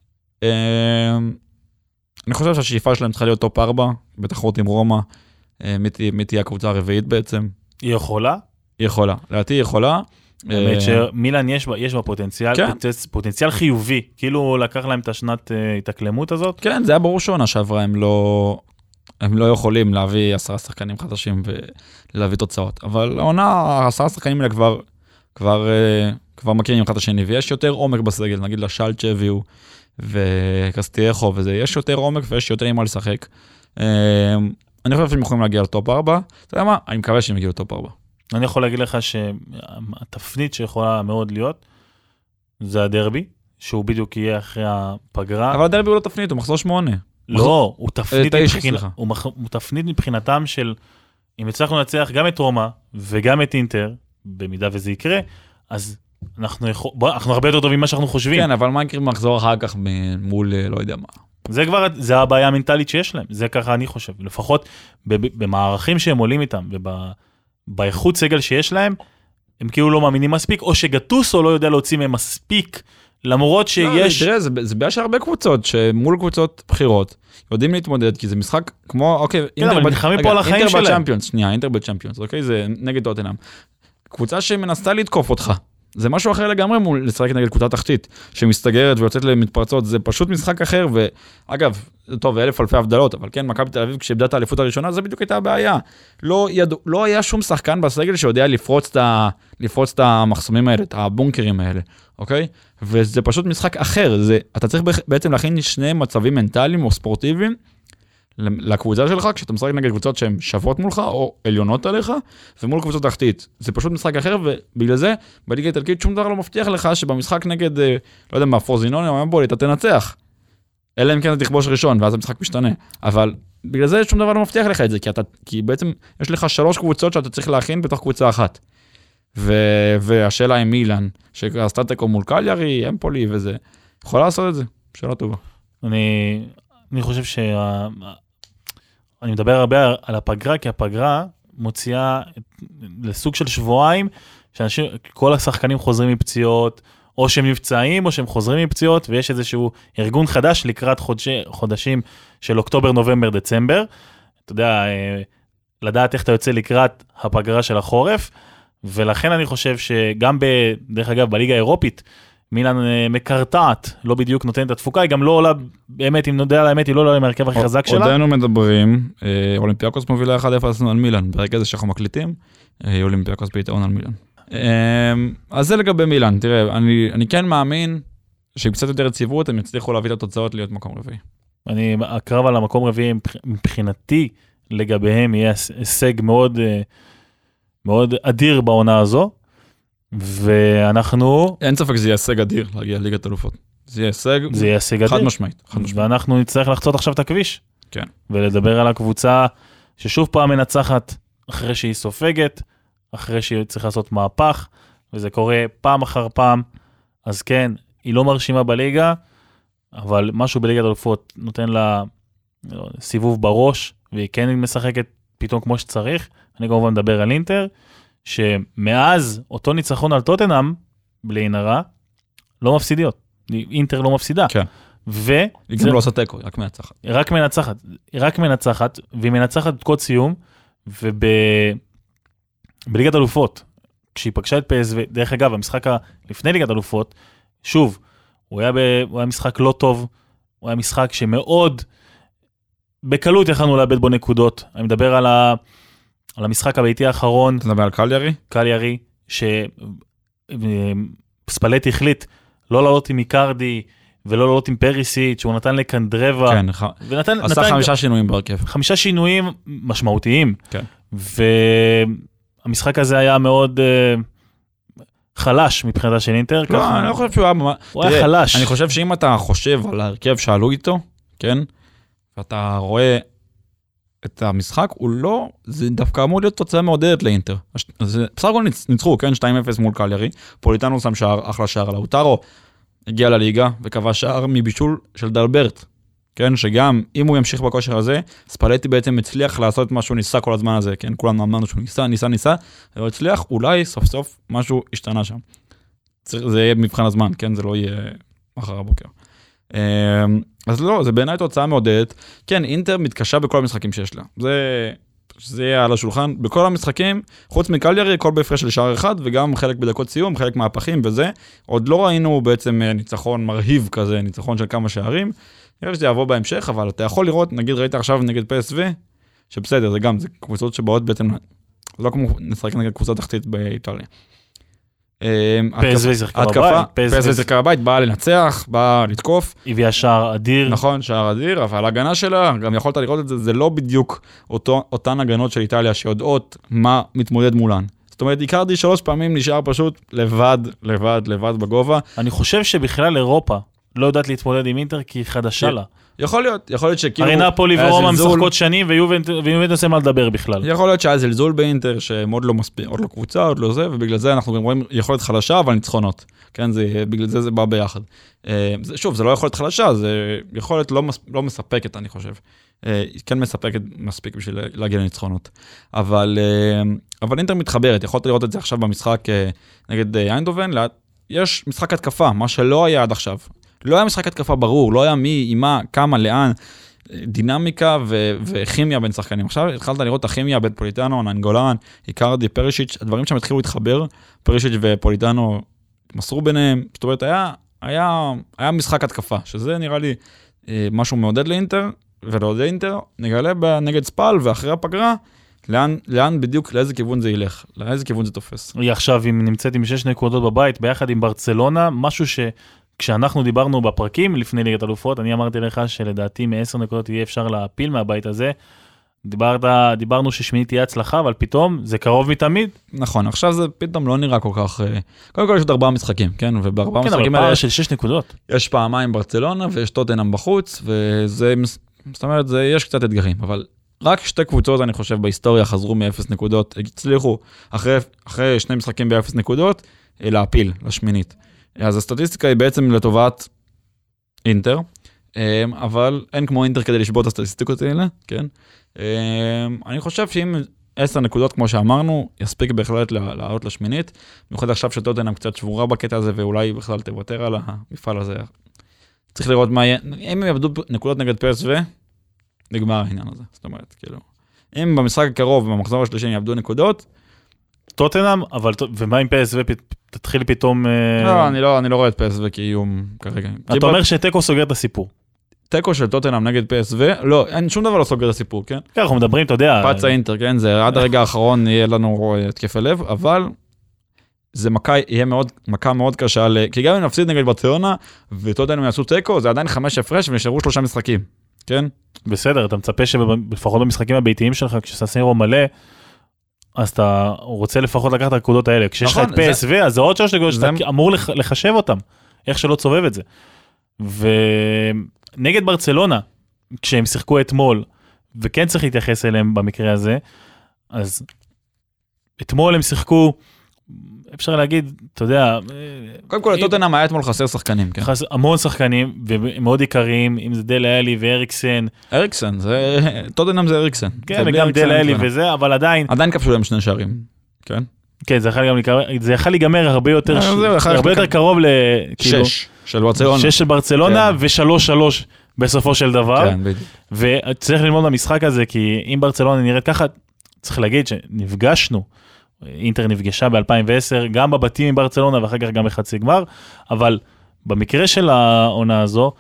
אני חושב שהשאיפה שלהם צריכה להיות טופ ארבע, בתחרות עם רומא, מי תהיה הקבוצה הרביעית בעצם. היא יכולה? היא יכולה, לדעתי היא יכולה. באמת שמילאן יש בה, יש בה פוטנציאל, כן. פוטנציאל חיובי, כאילו לקח להם את השנת התאקלמות הזאת. כן, זה היה ברור שעונה שעברה, הם לא, הם לא יכולים להביא עשרה שחקנים חדשים ולהביא תוצאות, אבל העונה, עשרה שחקנים האלה כבר, כבר, כבר מכירים אחד השני, ויש יותר עומק בסגל, נגיד לשלצ'ה הביאו, וקסטייחו וזה, יש יותר עומק ויש יותר עם מה לשחק. אני חושב שהם יכולים להגיע לטופ ארבע, אתה יודע מה? אני מקווה שהם יגיעו לטופ ארבע. אני יכול להגיד לך שהתפנית שיכולה מאוד להיות, זה הדרבי, שהוא בדיוק יהיה אחרי הפגרה. אבל הדרבי הוא לא תפנית, הוא מחזור שמונה. לא, הוא תפנית, מבחינת, הוא, מח, הוא תפנית מבחינתם של, אם הצלחנו לנצח גם את רומא וגם את אינטר, במידה וזה יקרה, אז אנחנו, יכול, בוא, אנחנו הרבה יותר טובים ממה שאנחנו חושבים. כן, אבל מה יקרה מחזור אחר כך מול לא יודע מה. זה כבר, זה הבעיה המנטלית שיש להם, זה ככה אני חושב. לפחות במערכים שהם עולים איתם, ובאיכות סגל שיש להם, הם כאילו לא מאמינים מספיק, או שגטוסו לא יודע להוציא מהם מספיק, למרות שיש... לא, תראה, זה, זה בעיה של הרבה קבוצות, שמול קבוצות בחירות, יודעים להתמודד, כי זה משחק כמו, אוקיי, כן, אבל נלחמים פה על החיים שלהם. אינטר בצ'מפיונס, שנייה, אינטר בצ'מפיונס, אוקיי, זה נגד טוטנהאם. קבוצה שמנסה לתקוף אותך, זה משהו אחר לגמרי מול לשחק נגד קבוצה תחתית, שמסתגרת ויוצאת למתפרצות, זה פשוט משחק אחר, ואגב, טוב, אלף אלפי הבדלות, אבל כן, מכבי תל אביב, כשאיבדה את האליפות הראשונה, זה בדיוק הייתה הבעיה. לא, ידע, לא היה שום שחקן בסגל שיודע לפרוץ את, ה, לפרוץ את המחסומים האלה, את הבונקרים האלה, אוקיי? וזה פשוט משחק אחר, זה, אתה צריך בעצם להכין שני מצבים מנטליים או ספורטיביים, לקבוצה שלך, כשאתה משחק נגד קבוצות שהן שוות מולך, או עליונות עליך, ומול קבוצות תחתית. זה פשוט משחק אחר, ובגלל זה, בליגה האיטלקית שום דבר לא מבטיח לך, שבמשחק נגד, לא יודע מה, פרוזינון, או אמבולי, אתה תנצח. אלא אם כן אתה תכבוש ראשון, ואז המשחק משתנה. אבל בגלל זה שום דבר לא מבטיח לך את זה, כי, אתה, כי בעצם יש לך שלוש קבוצות שאתה צריך להכין בתוך קבוצה אחת. ו, והשאלה עם מילאן, שעשתה תיקו מול קליארי, אמפולי וזה, יכולה לעשות את זה. שאלה טובה. אני, אני חושב שה... אני מדבר הרבה על הפגרה, כי הפגרה מוציאה לסוג של שבועיים, שאנשים, כל השחקנים חוזרים מפציעות, או שהם נפצעים, או שהם חוזרים מפציעות, ויש איזשהו ארגון חדש לקראת חודשי, חודשים של אוקטובר, נובמבר, דצמבר. אתה יודע, לדעת איך אתה יוצא לקראת הפגרה של החורף, ולכן אני חושב שגם בדרך אגב, בליגה האירופית, מילאן מקרטעת, לא בדיוק נותנת את התפוקה, היא גם לא עולה, באמת, אם נודע על האמת, היא לא עולה עם הרכב הכי חזק שלה. עודנו מדברים, אולימפיאקוס מובילה אחד אפס על מילאן, ברגע זה שאנחנו מקליטים, אולימפיאקוס ביתרון על מילאן. אז זה לגבי מילאן, תראה, אני, אני כן מאמין שעם קצת יותר יציבות, הם יצליחו להביא את התוצאות להיות מקום רביעי. אני, הקרב על המקום רביעי, מבחינתי, לגביהם יהיה הישג מאוד, מאוד אדיר בעונה הזו, ואנחנו... אין ספק זה יהיה הישג אדיר להגיע ליגת אלופות. זה יהיה הישג... זה יהיה הישג אדיר. חד משמעית. ואנחנו נצטרך לחצות עכשיו את הכביש. כן. ולדבר על הקבוצה ששוב פעם מנצחת אחרי שהיא סופגת, אחרי שהיא צריכה לעשות מהפך, וזה קורה פעם אחר פעם. אז כן, היא לא מרשימה בליגה, אבל משהו בליגת אלופות נותן לה סיבוב בראש, והיא כן משחקת פתאום כמו שצריך. אני כמובן מדבר על אינטר, שמאז אותו ניצחון על טוטנהאם, בלי נראה, לא מפסידיות. אינטר לא מפסידה. כן. ו... היא גם לא עושה טקו, רק מנצחת. רק מנצחת. היא רק מנצחת, והיא מנצחת בקוד סיום, ובליגת אלופות, כשהיא פגשה את פי אס וי, דרך אגב, המשחק לפני ליגת אלופות, שוב, הוא היה, ב... הוא היה משחק לא טוב, הוא היה משחק שמאוד, בקלות יכלנו לאבד בו נקודות. אני מדבר על ה... על המשחק הביתי האחרון. אתה מדבר על קליארי? קליארי, שספלט החליט לא לעלות עם איקרדי, ולא לעלות עם פריסיט, שהוא נתן לקנדרבה. כן, ונתן, עשה נתן, חמישה שינויים בהרכב. חמישה שינויים משמעותיים. כן. והמשחק הזה היה מאוד uh, חלש מבחינתה של אינטר. לא, ככה, אני לא חושב שהוא היה... הוא תראה, היה חלש. אני חושב שאם אתה חושב על ההרכב שעלו איתו, כן? ואתה רואה... את המשחק, הוא לא, זה דווקא אמור להיות תוצאה מעודדת לאינטר. בסך הכל ניצחו, כן, שתיים אפס מול קליארי, פוליטנו שם שער, אחלה שער, לאוטרו, הגיע לליגה, וקבע שער מבישול של דלברט, כן, שגם אם הוא ימשיך בכושר הזה, ספלטי בעצם הצליח לעשות מה שהוא ניסה כל הזמן הזה, כן, כולנו אמרנו שהוא ניסה, ניסה, ניסה, ולא הצליח, אולי סוף סוף משהו השתנה שם. זה יהיה מבחן הזמן, כן, זה לא יהיה מחר הבוקר. אז לא, זה בעיניי תוצאה מעודדת. כן, אינטר מתקשה בכל המשחקים שיש לה. זה, זה יהיה על השולחן. בכל המשחקים, חוץ מקליירי, הכל בהפרש של שער אחד, וגם חלק בדקות סיום, חלק מהפכים וזה. עוד לא ראינו בעצם ניצחון מרהיב כזה, ניצחון של כמה שערים. נראה שזה יבוא בהמשך, אבל אתה יכול לראות, נגיד ראית עכשיו נגד פי אס וי, שבסדר, זה גם, זה קבוצות שבאות בעצם, זה לא כמו נשחק נגד קבוצה תחתית באיטליה. פי אס וי שיחקה בבית, פי אס וי שיחקה בבית, באה לנצח, באה לתקוף. הביאה שער אדיר. נכון, שער אדיר, אבל ההגנה שלה, גם יכולת לראות את זה, זה לא בדיוק אותו, אותן הגנות של איטליה שיודעות מה מתמודד מולן. זאת אומרת, איקרדי שלוש פעמים נשאר פשוט לבד, לבד, לבד בגובה. אני חושב שבכלל אירופה לא יודעת להתמודד עם אינטר כי היא חדשה לה. יכול להיות, יכול להיות שכאילו... הרי נאפולי ורומא משחקות שנים ויובנטוס אין מה לדבר בכלל. יכול להיות שהיה זלזול באינטר שמאוד לא מספיק, עוד לא קבוצה, עוד לא זה, ובגלל זה אנחנו גם רואים יכולת חלשה, אבל ניצחונות. כן, זה, בגלל זה זה בא ביחד. שוב, זה לא יכולת חלשה, זה יכולת לא, לא מספקת, אני חושב. כן מספקת מספיק בשביל להגיע לניצחונות. אבל, אבל אינטר מתחברת, יכולת לראות את זה עכשיו במשחק נגד איינדובן, יש משחק התקפה, מה שלא היה עד עכשיו. לא היה משחק התקפה ברור, לא היה מי, אימה, כמה, לאן, דינמיקה ו- וכימיה בין שחקנים. עכשיו התחלת לראות את הכימיה בין פוליטאנו, ננגולן, איקרדי, פרישיץ', הדברים שם התחילו להתחבר, פרישיץ' ופוליטאנו מסרו ביניהם, זאת אומרת, היה, היה, היה משחק התקפה, שזה נראה לי אה, משהו מעודד לאינטר, ולעודד אינטר, נגלה נגד ספל ואחרי הפגרה, לאן, לאן בדיוק, לאיזה כיוון זה ילך, לאיזה כיוון זה תופס. היא עכשיו, אם נמצאת עם שש נקודות בבית, ביחד עם ברצלונה, משהו ש... כשאנחנו דיברנו בפרקים לפני ליגת אלופות, אני אמרתי לך שלדעתי מעשר נקודות יהיה אפשר להפיל מהבית הזה. דיברת, דיברנו ששמינית תהיה הצלחה, אבל פתאום זה קרוב מתמיד. נכון, עכשיו זה פתאום לא נראה כל כך... קודם כל יש עוד ארבעה משחקים, כן? ובארבעה כן, משחקים אבל פער של שש נקודות. יש פעמיים ברצלונה ויש טוטנהאם בחוץ, וזה, זאת אומרת, זה, יש קצת אתגרים, אבל רק שתי קבוצות, אני חושב, בהיסטוריה חזרו מאפס נקודות, הצליחו אחרי, אחרי שני משחקים באפס נקודות, להפיל לשמינית. אז הסטטיסטיקה היא בעצם לטובת אינטר, אבל אין כמו אינטר כדי לשבור את הסטטיסטיקות האלה, כן? אני חושב שאם עשר נקודות, כמו שאמרנו, יספיק בהחלט לעלות לשמינית, במיוחד עכשיו שטוטנהאם קצת שבורה בקטע הזה, ואולי בכלל תוותר על המפעל הזה. צריך לראות מה יהיה, אם הם יעבדו נקודות נגד פי אס וי, נגמר העניין הזה, זאת אומרת, כאילו. אם במשחק הקרוב, במחזור השלישי, יעבדו נקודות, טוטנהאם, אבל ומה עם פי אס וי תתחיל פתאום... לא, אני לא, אני לא רואה את פי אס וי כאיום כרגע. אתה אומר שטקו סוגר את הסיפור. טקו של טוטנהאם נגד פי אס וי, לא, אין שום דבר לא סוגר את הסיפור, כן? כן, אנחנו מדברים, אתה יודע... פצע אינטר, כן? זה עד הרגע האחרון יהיה לנו התקף הלב, אבל זה מכה, יהיה מאוד, מכה מאוד קשה, כי גם אם נפסיד נגד ברצלונה, וטוטנהאם יעשו טקו, זה עדיין חמש הפרש ונשארו שלושה משחקים, כן? בסדר, אתה מצפה שלפחות במשחקים הביתיים שלך, כשסנסיירו מלא, אז אתה רוצה לפחות לקחת את הנקודות האלה. כשיש לך את פי אס וי, אז זה עוד שלוש נקודות שאתה אמור לחשב אותם, איך שלא צובב את זה. ונגד ברצלונה, כשהם שיחקו אתמול, וכן צריך להתייחס אליהם במקרה הזה, אז אתמול הם שיחקו, אפשר להגיד, אתה יודע... קודם כל, טוטנהאם היה אתמול חסר שחקנים, כן? המון שחקנים, ומאוד עיקריים, אם זה דל אלי ואריקסן. אריקסן, טוטנהאם זה אריקסן. כן, וגם דל אלי וזה, אבל עדיין... עדיין כפשו להם שני שערים, כן? כן, זה יכול להיגמר הרבה יותר הרבה יותר קרוב ל... שש של ברצלונה. שש של ברצלונה ושלוש שלוש בסופו של דבר. כן, בדיוק. וצריך ללמוד במשחק הזה, כי אם ברצלונה נראית ככה, צריך להגיד שנפגשנו, אינטר נפגשה ב-אלפיים ועשר, גם בבתים עם ברצלונה ואחר כך גם בחצי גמר, אבל במקרה של העונה הזו,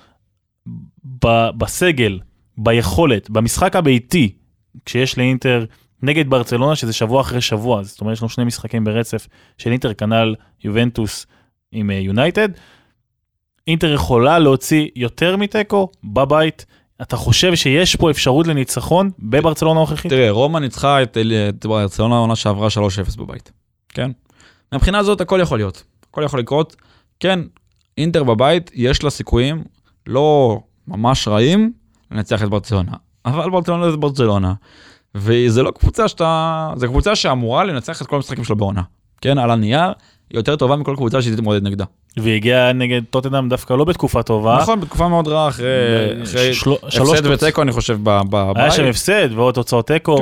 בסגל, ביכולת, במשחק הביתי, כשיש לאינטר נגד ברצלונה, שזה שבוע אחרי שבוע, זאת אומרת, יש לנו שני משחקים ברצף של אינטר, כנ"ל יובנטוס עם יונייטד, אינטר יכולה להוציא יותר מטקו בבית. אתה חושב שיש פה אפשרות לניצחון בברצלונה הנוכחית? תראה, רומא ניצחה את ברצלונה העונה שעברה שלוש אפס בבית. כן? מבחינה הזאת הכל יכול להיות. הכל יכול לקרות. כן, אינטר בבית יש לה סיכויים לא ממש רעים לנצח את ברצלונה. אבל ברצלונה זה ברצלונה. וזה לא קבוצה שאתה... זה קבוצה שאמורה לנצח את כל המשחקים שלה בעונה. כן? על הנייר היא יותר טובה מכל קבוצה שהיא תתמודד נגדה. והיא הגיעה נגד טוטנהאם דווקא לא בתקופה טובה. נכון, בתקופה מאוד רעה, אחרי הפסד ותיקו, אני חושב, בבית. היה שם הפסד ועוד תוצאות תיקו,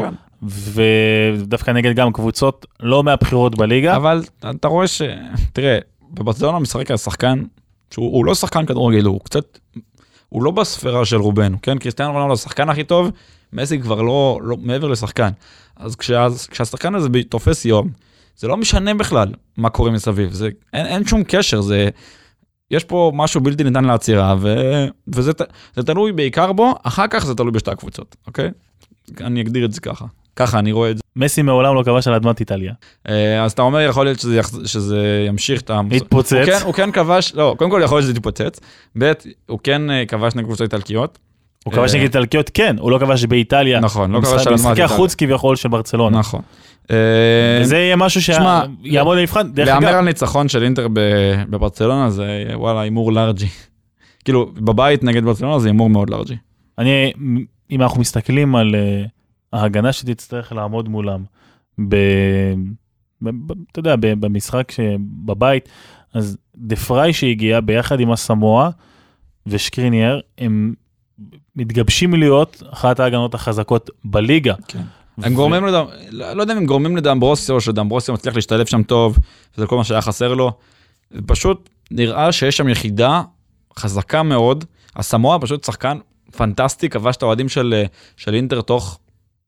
ודווקא נגד גם קבוצות לא מהבחירות בליגה. אבל אתה רואה ש... תראה, בברצלונה משחק השחקן, שהוא לא שחקן כדורגל, הוא קצת... הוא לא בספירה של רובנו, כן? קריסטיאנו רונלדו השחקן הכי טוב, מסי כבר לא, לא מעבר לשחקן. אז כשה, כשהשחקן הזה תופס יום, זה לא משנה בכלל מה קורה מסביב. זה, אין, אין שום קשר, זה, יש פה משהו בלתי ניתן לעצירה, ו, וזה זה תלוי בעיקר בו, אחר כך זה תלוי בשתי הקבוצות, אוקיי? אני אגדיר את זה ככה. ככה אני רואה את זה. מסי מעולם לא כבש על אדמת איטליה. אז אתה אומר, יכול להיות שזה, שזה ימשיך את ה... יתפוצץ. הוא כן, הוא כן כבש, לא, קודם כל יכול להיות שזה יתפוצץ, ב' הוא כן כבש נגד קבוצות איטלקיות. הוא כבש נגד איטלקיות, כן, הוא לא כבש באיטליה. נכון, לא כבש על אדמת איטליה. משחקי החוץ כביכול של ברצלונה. נכון. וזה יהיה משהו שיעמוד למבחן. להאמר על ניצחון של אינטר בברצלונה, זה וואלה, אימור לארג'י. כאילו, בבית נגד ברצלונה זה אימור מאוד לארג'י. אני, אם אנחנו מסתכלים על ההגנה שתצטרך לעמוד מולם, ב, ב, ב, אתה יודע, ב, במשחק בבית, אז דפראי שהגיע ביחד עם הסמואה ושקריניאר, הם מתגבשים להיות אחת ההגנות החזקות בליגה. כן. הם גורמים לדם, לא יודע אם הם גורמים לדמברוסיו, או שדמברוסיו מצליח להשתלב שם טוב, וזה כל מה שהיה חסר לו. פשוט נראה שיש שם יחידה חזקה מאוד, הסמואה פשוט שחקן פנטסטי, כבש את האוהדים של, של אינטר תוך,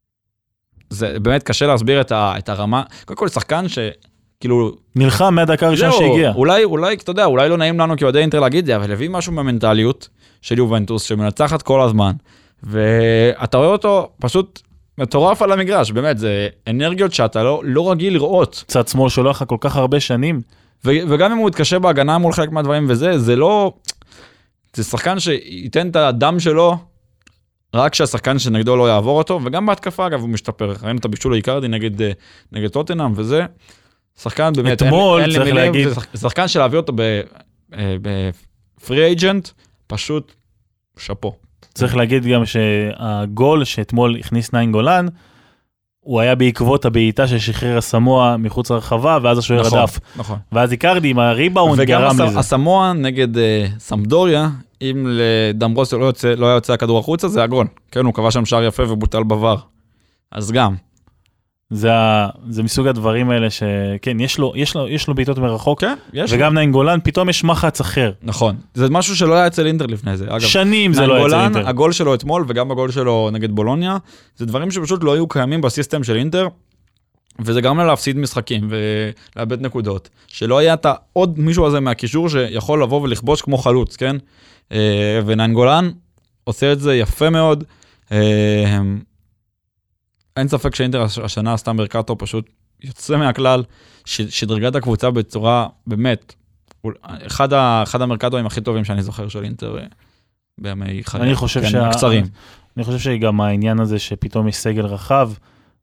זה באמת קשה להסביר את, ה, את הרמה, קודם כל שחקן ש... כאילו... נלחם מהדקה הראשונה שהגיע. אולי, אולי, אתה יודע, אולי לא נעים לנו כאוהדי אינטר להגיד זה, אבל הביא משהו מהמנטליות של יובנטוס, שמנצחת כל הזמן, ואתה רואה אותו פשוט מטורף על המגרש, באמת, זה אנרגיות שאתה לא, לא רגיל לראות. צד שמאל שולח כל כך הרבה שנים. ו- וגם אם הוא יתקשה בהגנה מול חלק מהדברים וזה, זה לא... זה שחקן שייתן את הדם שלו, רק שהשחקן שנגדו לא יעבור אותו, וגם בהתקפה, אגב, הוא משתפר. ראינו את הבישול האיקרדי נגד, נגד טוטנהאם, וזה שחקן באמת, אתמול, אין, אין צריך לי מילים, להגיד... זה שחקן של להביא אותו בפרי אייג'נט, פשוט שפו. צריך להגיד גם שהגול שאתמול הכניס ניין גולן, הוא היה בעקבות הבעיטה ששחרר הסמואה מחוץ לרחבה, ואז השוער נכון, הדף. נכון. ואז איקרדי עם הריבאונד גרם לזה. וגם הסמואה נגד uh, סמפדוריה, אם לדמברוסיו לא, יוצא, לא היה יוצא הכדור החוצה, זה הגול. כן, הוא קבע שם שער יפה ובוטל בבר. אז גם. זה, זה מסוג הדברים האלה שכן, יש לו, יש לו, יש לו בעיטות מרחוק, כן, יש וגם לו. ניין גולן, פתאום יש מחץ אחר. נכון. זה משהו שלא היה אצל אינטר לפני זה. אגב, שנים זה לא היה אצל אינטר. הגול שלו אתמול וגם הגול שלו נגד בולוניה, זה דברים שפשוט לא היו קיימים בסיסטם של אינטר, וזה גרם לה להפסיד משחקים ולאבד נקודות, שלא היה את עוד מישהו הזה מהקישור שיכול לבוא ולכבוש כמו חלוץ, כן? וניין גולן עושה את זה יפה מאוד. אין ספק שאינטר השנה עשתה מרקטו פשוט יוצא מהכלל, שדרגה את הקבוצה בצורה באמת, אחד, ה, אחד המרקטואים הכי טובים שאני זוכר של אינטר בימי חיי. אני חושב, כן, שה... הקצרים. אני חושב שגם העניין הזה שפתאום יש סגל רחב,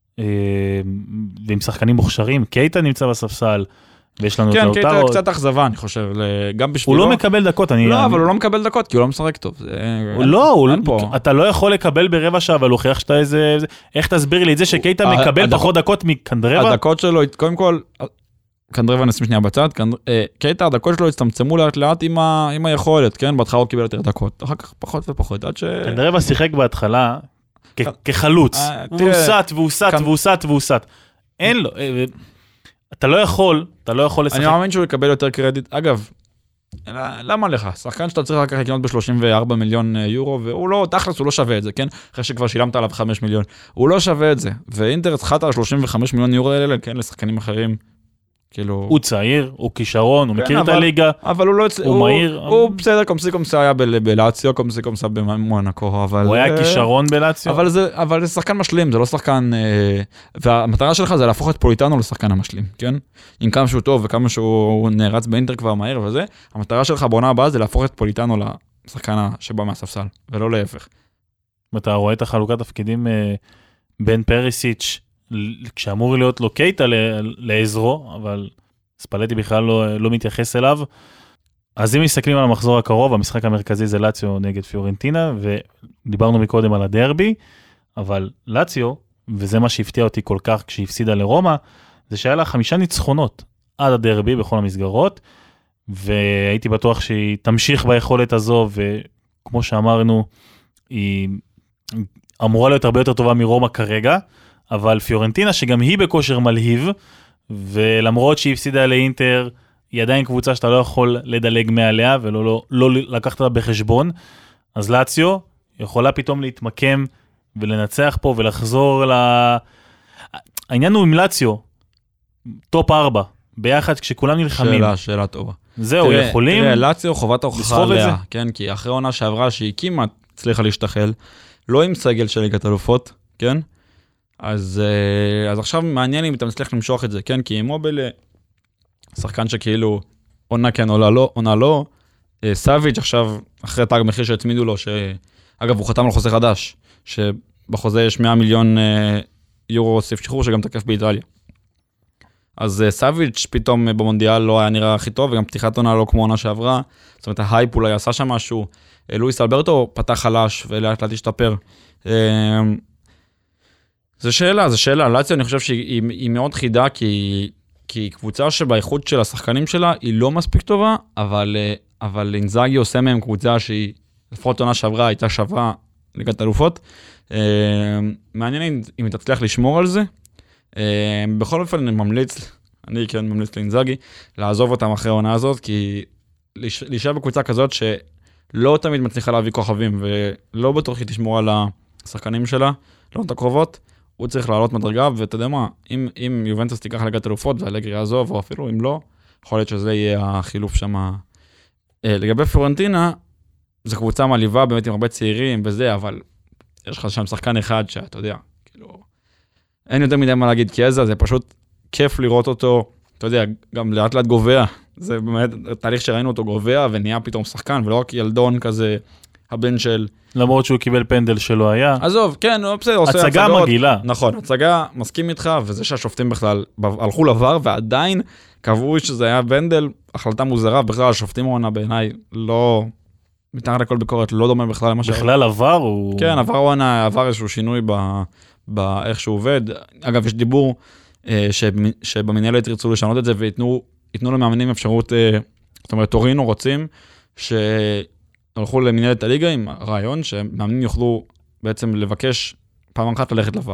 ועם שחקנים מוכשרים, קייטה נמצא בספסל, ויש לנו כן, את לאוטרו. קייטה קצת אכזבה, אני חושב, גם בשבילו. הוא לא מקבל דקות, אני... לא, אני... אבל הוא לא מקבל דקות, כי הוא לא משחק טוב. זה... הוא לא, הוא... פה. אתה לא יכול לקבל ברבע שעה, אבל הוכיח שאתה איזה... איך תסביר לי את זה שקייטה הוא... מקבל הדק... פחות דקות מקנדרבה? הדקות שלו, קודם כל, קנדרבה נשים שנייה בצד, קנד... קייטה, הדקות שלו הצטמצמו לאט לאט עם, ה... עם היכולת, כן? בהתחלה הוא קיבל יותר דקות, אחר כך פחות ופחות, עד ש... קנדרבה שיחק בהתחלה כ... כחלוץ. הוא סט והוא סט והוא סט והוא סט. אין לו... אתה לא יכול, אתה לא יכול לשחק. אני מאמין שהוא יקבל יותר קרדיט. אגב, למה לך? שחקן שאתה צריך לקחת לקנות ב-שלושים וארבעה מיליון יורו, והוא לא, תכלס הוא לא שווה את זה, כן? אחרי שכבר שילמת עליו חמישה מיליון. הוא לא שווה את זה. ואינטר צריכת על שלושים וחמישה מיליון יורו האלה, כן, לשחקנים אחרים. כאילו... הוא צעיר, הוא כישרון, הוא מכיר את הליגה. אבל הוא לא... הוא מהיר. הוא בסדר, קומסי קומסה היה בלאציו, קומסי קומסה במונקו, אבל... הוא היה כישרון בלאציו. אבל זה שחקן משלים, זה לא שחקן... והמטרה שלך זה להפוך את פוליטאנו לשחקן המשלים, כן? עם כמה שהוא טוב וכמה שהוא נערץ באינטר כבר מהר וזה, המטרה שלך בעונה הבאה זה להפוך את פוליטאנו לשחקן שבא מהספסל, ולא להפך. אתה רואה את החלוקת תפקידים בין פריסיץ' כשאמור להיות לו קייטה לעזרו, אבל ספלטי בכלל לא, לא מתייחס אליו. אז אם מסתכלים על המחזור הקרוב, המשחק המרכזי זה לאציו נגד פיורנטינה, ודיברנו מקודם על הדרבי, אבל לאציו, וזה מה שהפתיע אותי כל כך כשהפסידה לרומא, זה שהיה לה חמישה ניצחונות. עד הדרבי בכל המסגרות, והייתי בטוח שהיא תמשיך ביכולת הזו, וכמו שאמרנו, היא אמורה להיות הרבה יותר טובה מרומא כרגע, אבל פיורנטינה שגם היא בכושר מלהיב, ולמרות שהיא הפסידה לאינטר, היא עדיין קבוצה שאתה לא יכול לדלג מעליה, ולא לא, לא לקחת אותה בחשבון, אז לאציו יכולה פתאום להתמקם ולנצח פה ולחזור ל... העניין הוא עם לאציו, טופ ארבע, ביחד כשכולם נלחמים. שאלה, שאלה טובה. זהו, תראה, יכולים... תראה, לאציו חובת ההוכחה עליה, כן, כי אחרי עונה שעברה שהיא כמעט הצליחה להשתחל, לא עם סגל של ליגת אלופות, כן? אז, אז עכשיו מעניין אם אתה מצליח למשוך את זה, כן? כי מוביל, שחקן שכאילו עונה כן, עונה לא, עונה לא, סאביץ' עכשיו, אחרי תג מחיר שהצמידו לו, שאגב, הוא חתם על חוזה חדש, שבחוזה יש מאה מיליון יורו סעיף שחרור, שגם תקף באיטליה. אז סאביץ' פתאום במונדיאל לא היה נראה הכי טוב, וגם פתיחת עונה לא כמו עונה שעברה, זאת אומרת, ההייפ אולי עשה שם משהו, לואיס אלברטו פתח חלש, ולאט לאט השתפר. זו שאלה, זו שאלה, לאציו אני חושב שהיא היא מאוד חידה, כי, כי קבוצה שבאיכות של השחקנים שלה, היא לא מספיק טובה, אבל, אבל אינזאגי עושה מהם קבוצה שהיא, לפחות עונה שעברה, הייתה שווה ליגת אלופות. מעניין אם היא תצליח לשמור על זה. בכל אופן אני ממליץ, אני כן ממליץ לאינזאגי, לעזוב אותם אחרי העונה הזאת, כי להישאר בקבוצה כזאת שלא תמיד מצליחה להביא כוכבים, ולא בטוח היא תשמור על השחקנים שלה, לא את הקרובות, הוא צריך לעלות מדרגה, ואתה יודע מה, אם, אם יובנטוס תיקח ליגת אלופות, והלגרי יעזוב, או אפילו אם לא, יכול להיות שזה יהיה החילוף שם. לגבי פיורנטינה, זו קבוצה מעליבה, באמת עם הרבה צעירים וזה, אבל יש לך שם שחקן אחד שאתה יודע, כאילו, אין יותר מדי מה להגיד קיאזה, זה פשוט כיף לראות אותו, אתה יודע, גם לאט לאט גובע, זה באמת תהליך שראינו אותו גובע, ונהיה פתאום שחקן, ולא רק ילדון כזה, הבן של... למרות שהוא קיבל פנדל שלא היה. עזוב, כן, בסדר, עושה הצגות. הצגה מגעילה. נכון, הצגה, מסכים איתך, וזה שהשופטים בכלל הלכו לבר, ועדיין קבעו שזה היה פנדל, החלטה מוזרה, בכלל השופטים העונה בעיניי לא... מתחת לכל ביקורת, לא דומה בכלל למה ש... בכלל עבר הוא... כן, עבר העונה, עבר איזשהו שינוי ב... באיך שהוא עובד. אגב, יש דיבור שבמנהלת ירצו לשנות את זה, ויתנו למאמנים אפשרות, זאת אומרת, טורינו רוצים שהלכו למנהלת הליגה עם הרעיון, שמאמנים יוכלו בעצם לבקש פעם אחת ללכת לבר.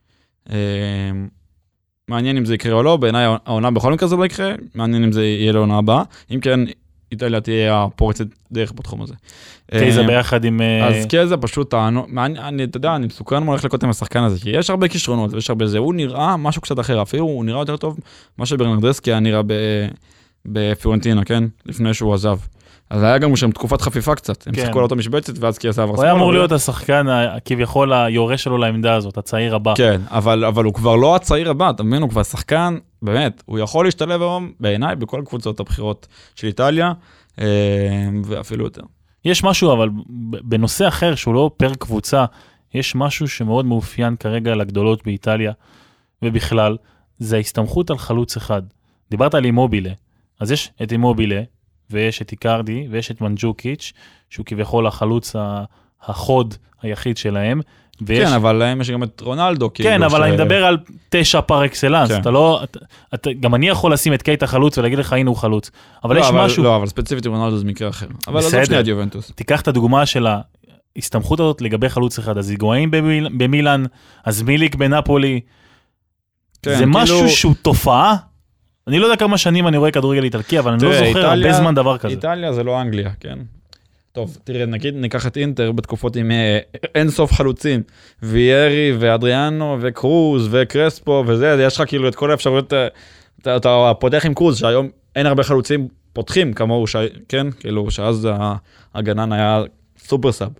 מעניין אם זה יקרה או לא, בעיניי העונה בכל מקרה זה לא יקרה, מעניין אם זה יהיה לעונה הבאה, אם כן, איטליה תהיה הפורצת דרך בתחום הזה. קייזה ביחד עם... אז קייזה פשוט, אני, אתה יודע, אני מסוכן מולך לקוט עם השחקן הזה, כי יש הרבה כישרונות, ויש הרבה זה, הוא נראה משהו קצת אחר, אפילו הוא נראה יותר טוב, מה שברנרדסקי היה נראה בפיורנטינה, כן? לפני שהוא עזב. אז היה גם שם תקופת חפיפה קצת, הם שיחקו על אותו משבצת, ואז קייזה עבר... הוא היה אמור להיות השחקן, כביכול היורש שלו לעמדה הזאת, הצעיר הבא. כן, אבל, אבל הוא כבר לא הצעיר הבא, אתה מבין, הוא כבר שחקן, באמת, הוא יכול להשתלב היום, בעיניי, בכל קבוצות הבחירות של איטליה, ואפילו יותר. יש משהו, אבל בנושא אחר, שהוא לא פר קבוצה, יש משהו שמאוד מאופיין כרגע לגדולות באיטליה, ובכלל, זה ההסתמכות על חלוץ אחד. דיברת על אימובילה, אז יש את אימובילה, ויש את איקרדי, ויש את מנג'וקיץ', שהוא כביכול החלוץ החוד היחיד שלהם. ויש... כן, אבל להם יש גם את רונלדו. כן, אבל ש... אני מדבר על תשע פר אקסלנס. כן. אתה לא, אתה, אתה, גם אני יכול לשים את קייטה חלוץ ולהגיד לך, הנה הוא חלוץ. אבל לא, יש אבל, משהו... לא, אבל ספציפית רונלדו זה מקרה אחר. אבל בסדר. שנייה יובנטוס. תיקח את הדוגמה של ההסתמכות הזאת לגבי חלוץ אחד. אז היגואין במיל... במילאן, אז מיליק בנפולי. כן, זה כאילו... משהו שהוא תופעה. אני לא יודע כמה שנים אני רואה כדורגל איטלקי, אבל אני לא זוכר איטליה, הרבה זמן דבר כזה. איטליה זה לא אנגליה, כן? טוב, תראה, נגיד ניקח את אינטר בתקופות עם אין סוף חלוצים, ויירי ואדריאנו וקרוז וקרספו וזה, יש לך כאילו את כל האפשרויות, אתה, אתה פותח עם קרוז, שהיום אין הרבה חלוצים פותחים כמוהו, ש... כן? כאילו שאז הגנן היה סופר סאב.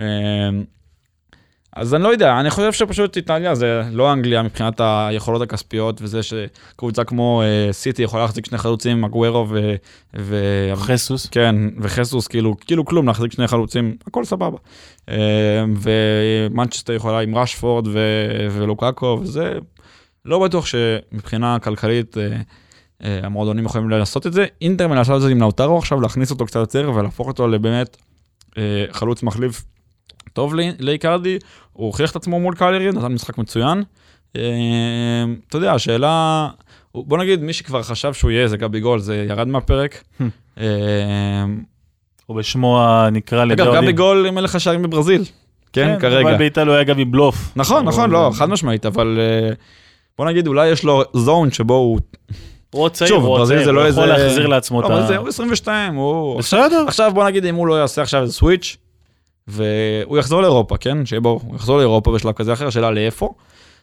אז אני לא יודע, אני חושב שפשוט איטליה זה לא אנגליה מבחינת היכולות הכספיות, וזה שקבוצה כמו אה, סיטי יכולה להחזיק שני חלוצים, מגוורו ו... ו... חסוס. כן, וחסוס, כאילו, כאילו כלום להחזיק שני חלוצים, הכל סבבה. אה, ומנצ'סטר יכולה עם רשפורד ו... ולוקאקו, וזה לא בטוח שמבחינה כלכלית אה, אה, המועדונים יכולים לעשות את זה. אינטר מנסה את זה עם לאוטרו עכשיו, להכניס אותו קצת יותר ולהפוך אותו לבאמת אה, חלוץ מחליף טוב לאיקרדי, הוא הוכיח את עצמו מול קליירי, נתן משחק מצוין. אתה יודע, השאלה, בוא נגיד, מי שכבר חשב שהוא יהיה, זה גבי גול, זה ירד מהפרק. או בשמו נקרא לדעודים. אגב, גבי גול מלך השערים בברזיל. כן, כרגע. אבל באיטליה היה גבי בלוף. נכון, נכון, לא, חד משמעית, אבל בוא נגיד, אולי יש לו זון שבו הוא... הוא עוד צעיר, הוא יכול להחזיר לעצמו את ה... אבל זה, הוא עשרים ושתיים, הוא... בסדר. עכשיו בוא נגיד, אם הוא לא יעשה עכשיו איזה סוויץ', והוא יחזור לאירופה, כן? שבו הוא יחזור לאירופה בשלב כזה אחר, שאלה לאיפה,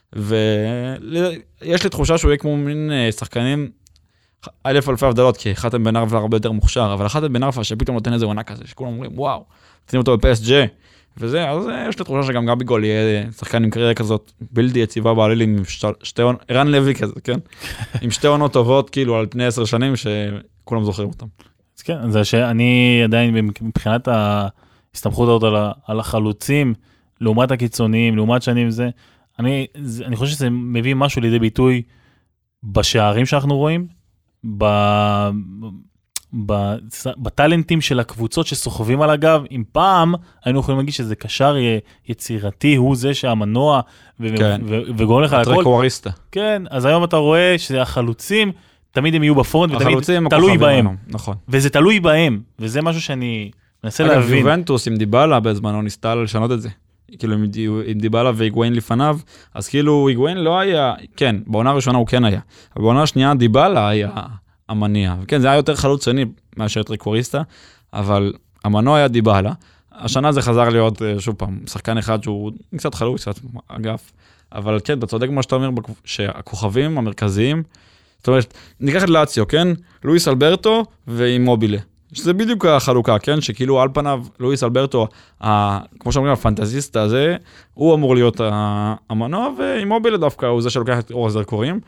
ויש לי תחושה שהוא יהיה כמו מין שחקנים, אלף אלפי הבדלות, כי חתם בן ארפה הרבה יותר מוכשר, אבל חתם בן ארפה שפתאום נותן איזה עונה כזה, שכולם אומרים, וואו, נותנים אותו ב-פי אס ג'י, וזה, אז יש לי תחושה שגם גבי גול יהיה שחקן עם קריירה כזאת, בלתי יציבה בעליל עם שתי עונות, ערן לוי כזה, כן? עם שתי עונות טובות, כאילו, על פני עשר שנים, שכולם זוכרים אותם. אז כן, זה שאני עדיין, מבחינת ההסתמכות הזאת על החלוצים, לעומת הקיצוניים, לעומת שנים זה, אני, אני חושב שזה מביא משהו לידי ביטוי בשערים שאנחנו רואים, ב, ב, בטלנטים של הקבוצות שסוחבים על הגב. אם פעם היינו יכולים להגיד שזה קשר יצירתי, הוא זה שהמנוע ו- כן. ו- ו- וגורם לך הכל. טרקווריסטה. כן, אז היום אתה רואה שהחלוצים, תמיד הם יהיו בפרונט, ותמיד תלוי בהם. נכון. וזה תלוי בהם, וזה משהו שאני מנסה אגב, להבין. אגב, יובנטוס עם דיבאלה בזמנו ניסתה לשנות את זה. כאילו עם דיבאלה והיגואין לפניו, אז כאילו היגואין לא היה, כן, בעונה הראשונה הוא כן היה, אבל בעונה השנייה דיבאלה היה המניע, וכן, זה היה יותר חלוץ שני מאשר טרקווריסטה, אבל המנוע היה דיבאלה, השנה זה חזר להיות, שוב פעם, שחקן אחד שהוא קצת חלוץ, קצת אגף, אבל כן, אתה צודק מה שאתה אומר, שהכוכבים המרכזיים, זאת אומרת, ניקח את לאציו, כן? לואיס אלברטו ואימובילה. שזה בדיוק החלוקה, כן? שכאילו על פניו, לואיס אלברטו, ה, כמו שאומרים, הפנטזיסט הזה, הוא אמור להיות המנוע, ואימובילה דווקא הוא זה שלוקח את אור הזרקורים.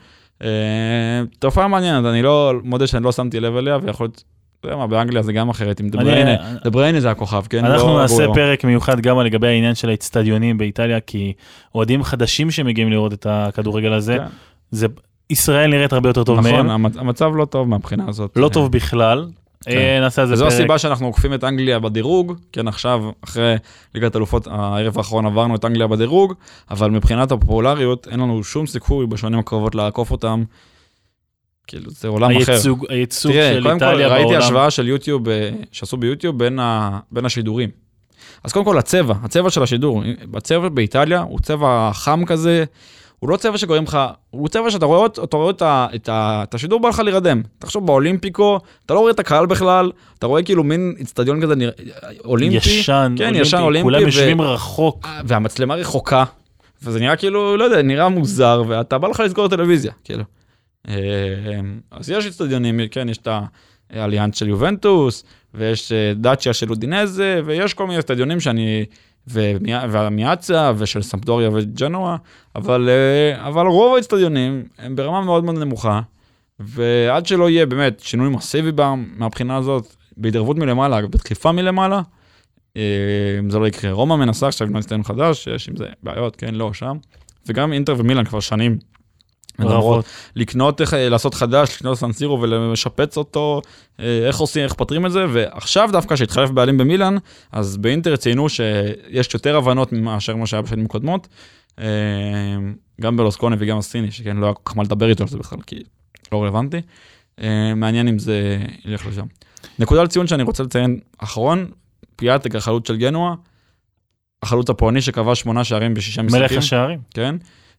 תופעה מעניינת, אני לא, מודה שאני לא שמתי לב אליה, ויכול להיות, אתה יודע מה, באנגליה זה גם אחרת, עם דבריינה, דבריינה זה הכוכב, כן? אנחנו נעשה פרק מיוחד גם לגבי העניין של האצטדיונים באיטליה, כי אוהדים חדשים שמגיעים לראות את הכדורגל הזה, זה... ישראל נראית הרבה יותר טוב מהם. נכון, המצב לא טוב מהבחינה הזאת. לא טוב בכלל. נעשה על זה פרק. וזו הסיבה שאנחנו עוקפים את אנגליה בדירוג, כן, עכשיו, אחרי ליגת אלופות, הערב האחרון עברנו את אנגליה בדירוג, אבל מבחינת הפופולריות, אין לנו שום סיכוי בשנים הקרובות לעקוף אותם. כאילו, זה עולם אחר. הייצוג של איטליה בעולם. ראיתי השוואה של יוטיוב, שעשו ביוטיוב בין השידורים. אז קודם כל, הצבע, הצבע של השידור, הצבע באיטליה הוא צבע חם כזה, הוא לא צבע שקוראים לך, הוא צבע שאתה רואה, אתה רואה את, ה, את, ה, את השידור בא לך להירדם. תחשוב באולימפיקו, אתה לא רואה את הקהל בכלל, אתה רואה כאילו מין אצטדיון כזה נרא... אולימפי. ישן, כן, אולימפי, ישן אולימפי. כולם יושבים ו... רחוק. והמצלמה רחוקה, וזה נראה כאילו, לא יודע, נראה מוזר, ואתה בא לך לסגור טלוויזיה, כאילו. אז יש אצטדיונים, כן, יש את האליאנס של יובנטוס, ויש דאצ'יה של אודינזה, ויש כל מיני אצטדיונים שאני... והמיאצה ושל סמפדוריה וג'נואה, אבל, אבל רוב האצטדיונים הם ברמה מאוד מאוד נמוכה, ועד שלא יהיה באמת שינוי מסיבי מהבחינה הזאת, בהתערבות מלמעלה, בדחיפה מלמעלה, זה לא יקרה. רומא מנסה עכשיו לבנות אצטדיון חדש, יש עם זה בעיות, כן, לא שם, וגם אינטר ומילאן כבר שנים, מדברות, לקנות, לעשות חדש, לקנות סנסירו ולשפץ אותו, איך עושים, איך פתרים את זה, ועכשיו דווקא שהתחלף בעלים במילאן, אז באינטר ציינו שיש יותר הבנות מאשר מה שהיה בשנים קודמות, גם בלוסקוני וגם הסיני, שכן לא היה כל כך מה לדבר איתו על זה בכלל, כי לא רלוונטי, מעניין אם זה ילך לשם. נקודה לציון שאני רוצה לציין אחרון, פיאטק, החלוץ של גנואה, החלוץ הפועני שקבע שמונה שערים בשישה משחקים. מלך השערים. כן.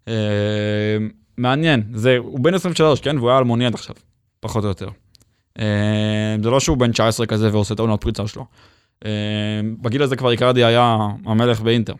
מעניין, זה, הוא בן עשרים ושלוש, כן? והוא היה אלמוני עד עכשיו, פחות או יותר. זה לא שהוא בן תשע עשרה כזה ועושה את העונות פריצה שלו. בגיל הזה כבר איקרדי היה המלך באינטר.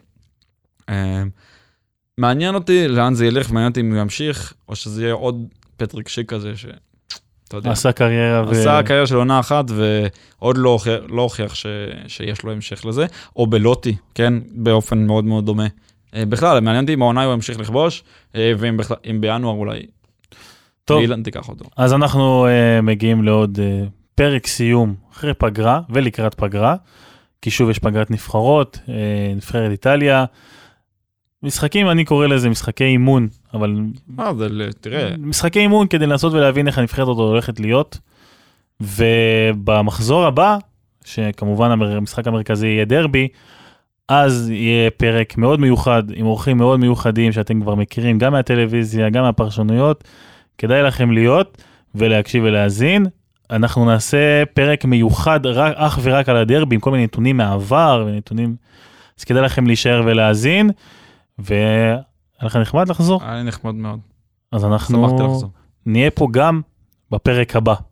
מעניין אותי לאן זה ילך, מעניין אותי אם הוא ימשיך, או שזה יהיה עוד פטריק שיק כזה, ש... אתה יודע. עשה קריירה. עשה קריירה של עונה אחת, ועוד לא הוכיח שיש לו המשך לזה, או בלוטי, כן? באופן מאוד מאוד דומה. בכלל, מעניין אותי אם העונה הוא ימשיך לכבוש, ואם בינואר אולי אילן תיקח אותו. אז אנחנו uh, מגיעים לעוד uh, פרק סיום אחרי פגרה ולקראת פגרה, כי שוב יש פגרת נבחרות, uh, נבחרת איטליה, משחקים, אני קורא לזה משחקי אימון, אבל... אה, זה, תראה. משחקי אימון כדי לנסות ולהבין איך הנבחרת אותו הולכת להיות, ובמחזור הבא, שכמובן המשחק המרכזי יהיה דרבי, אז יהיה פרק מאוד מיוחד, עם אורחים מאוד מיוחדים שאתם כבר מכירים, גם מהטלוויזיה, גם מהפרשנויות, כדאי לכם להיות ולהקשיב ולהאזין. אנחנו נעשה פרק מיוחד רק, אך ורק על הדרבי, עם כל מיני נתונים מהעבר ונתונים, אז כדאי לכם להישאר ולהאזין, והיה לך נחמד לחזור? היה לי נחמד מאוד. אז אנחנו נהיה פה גם בפרק הבא.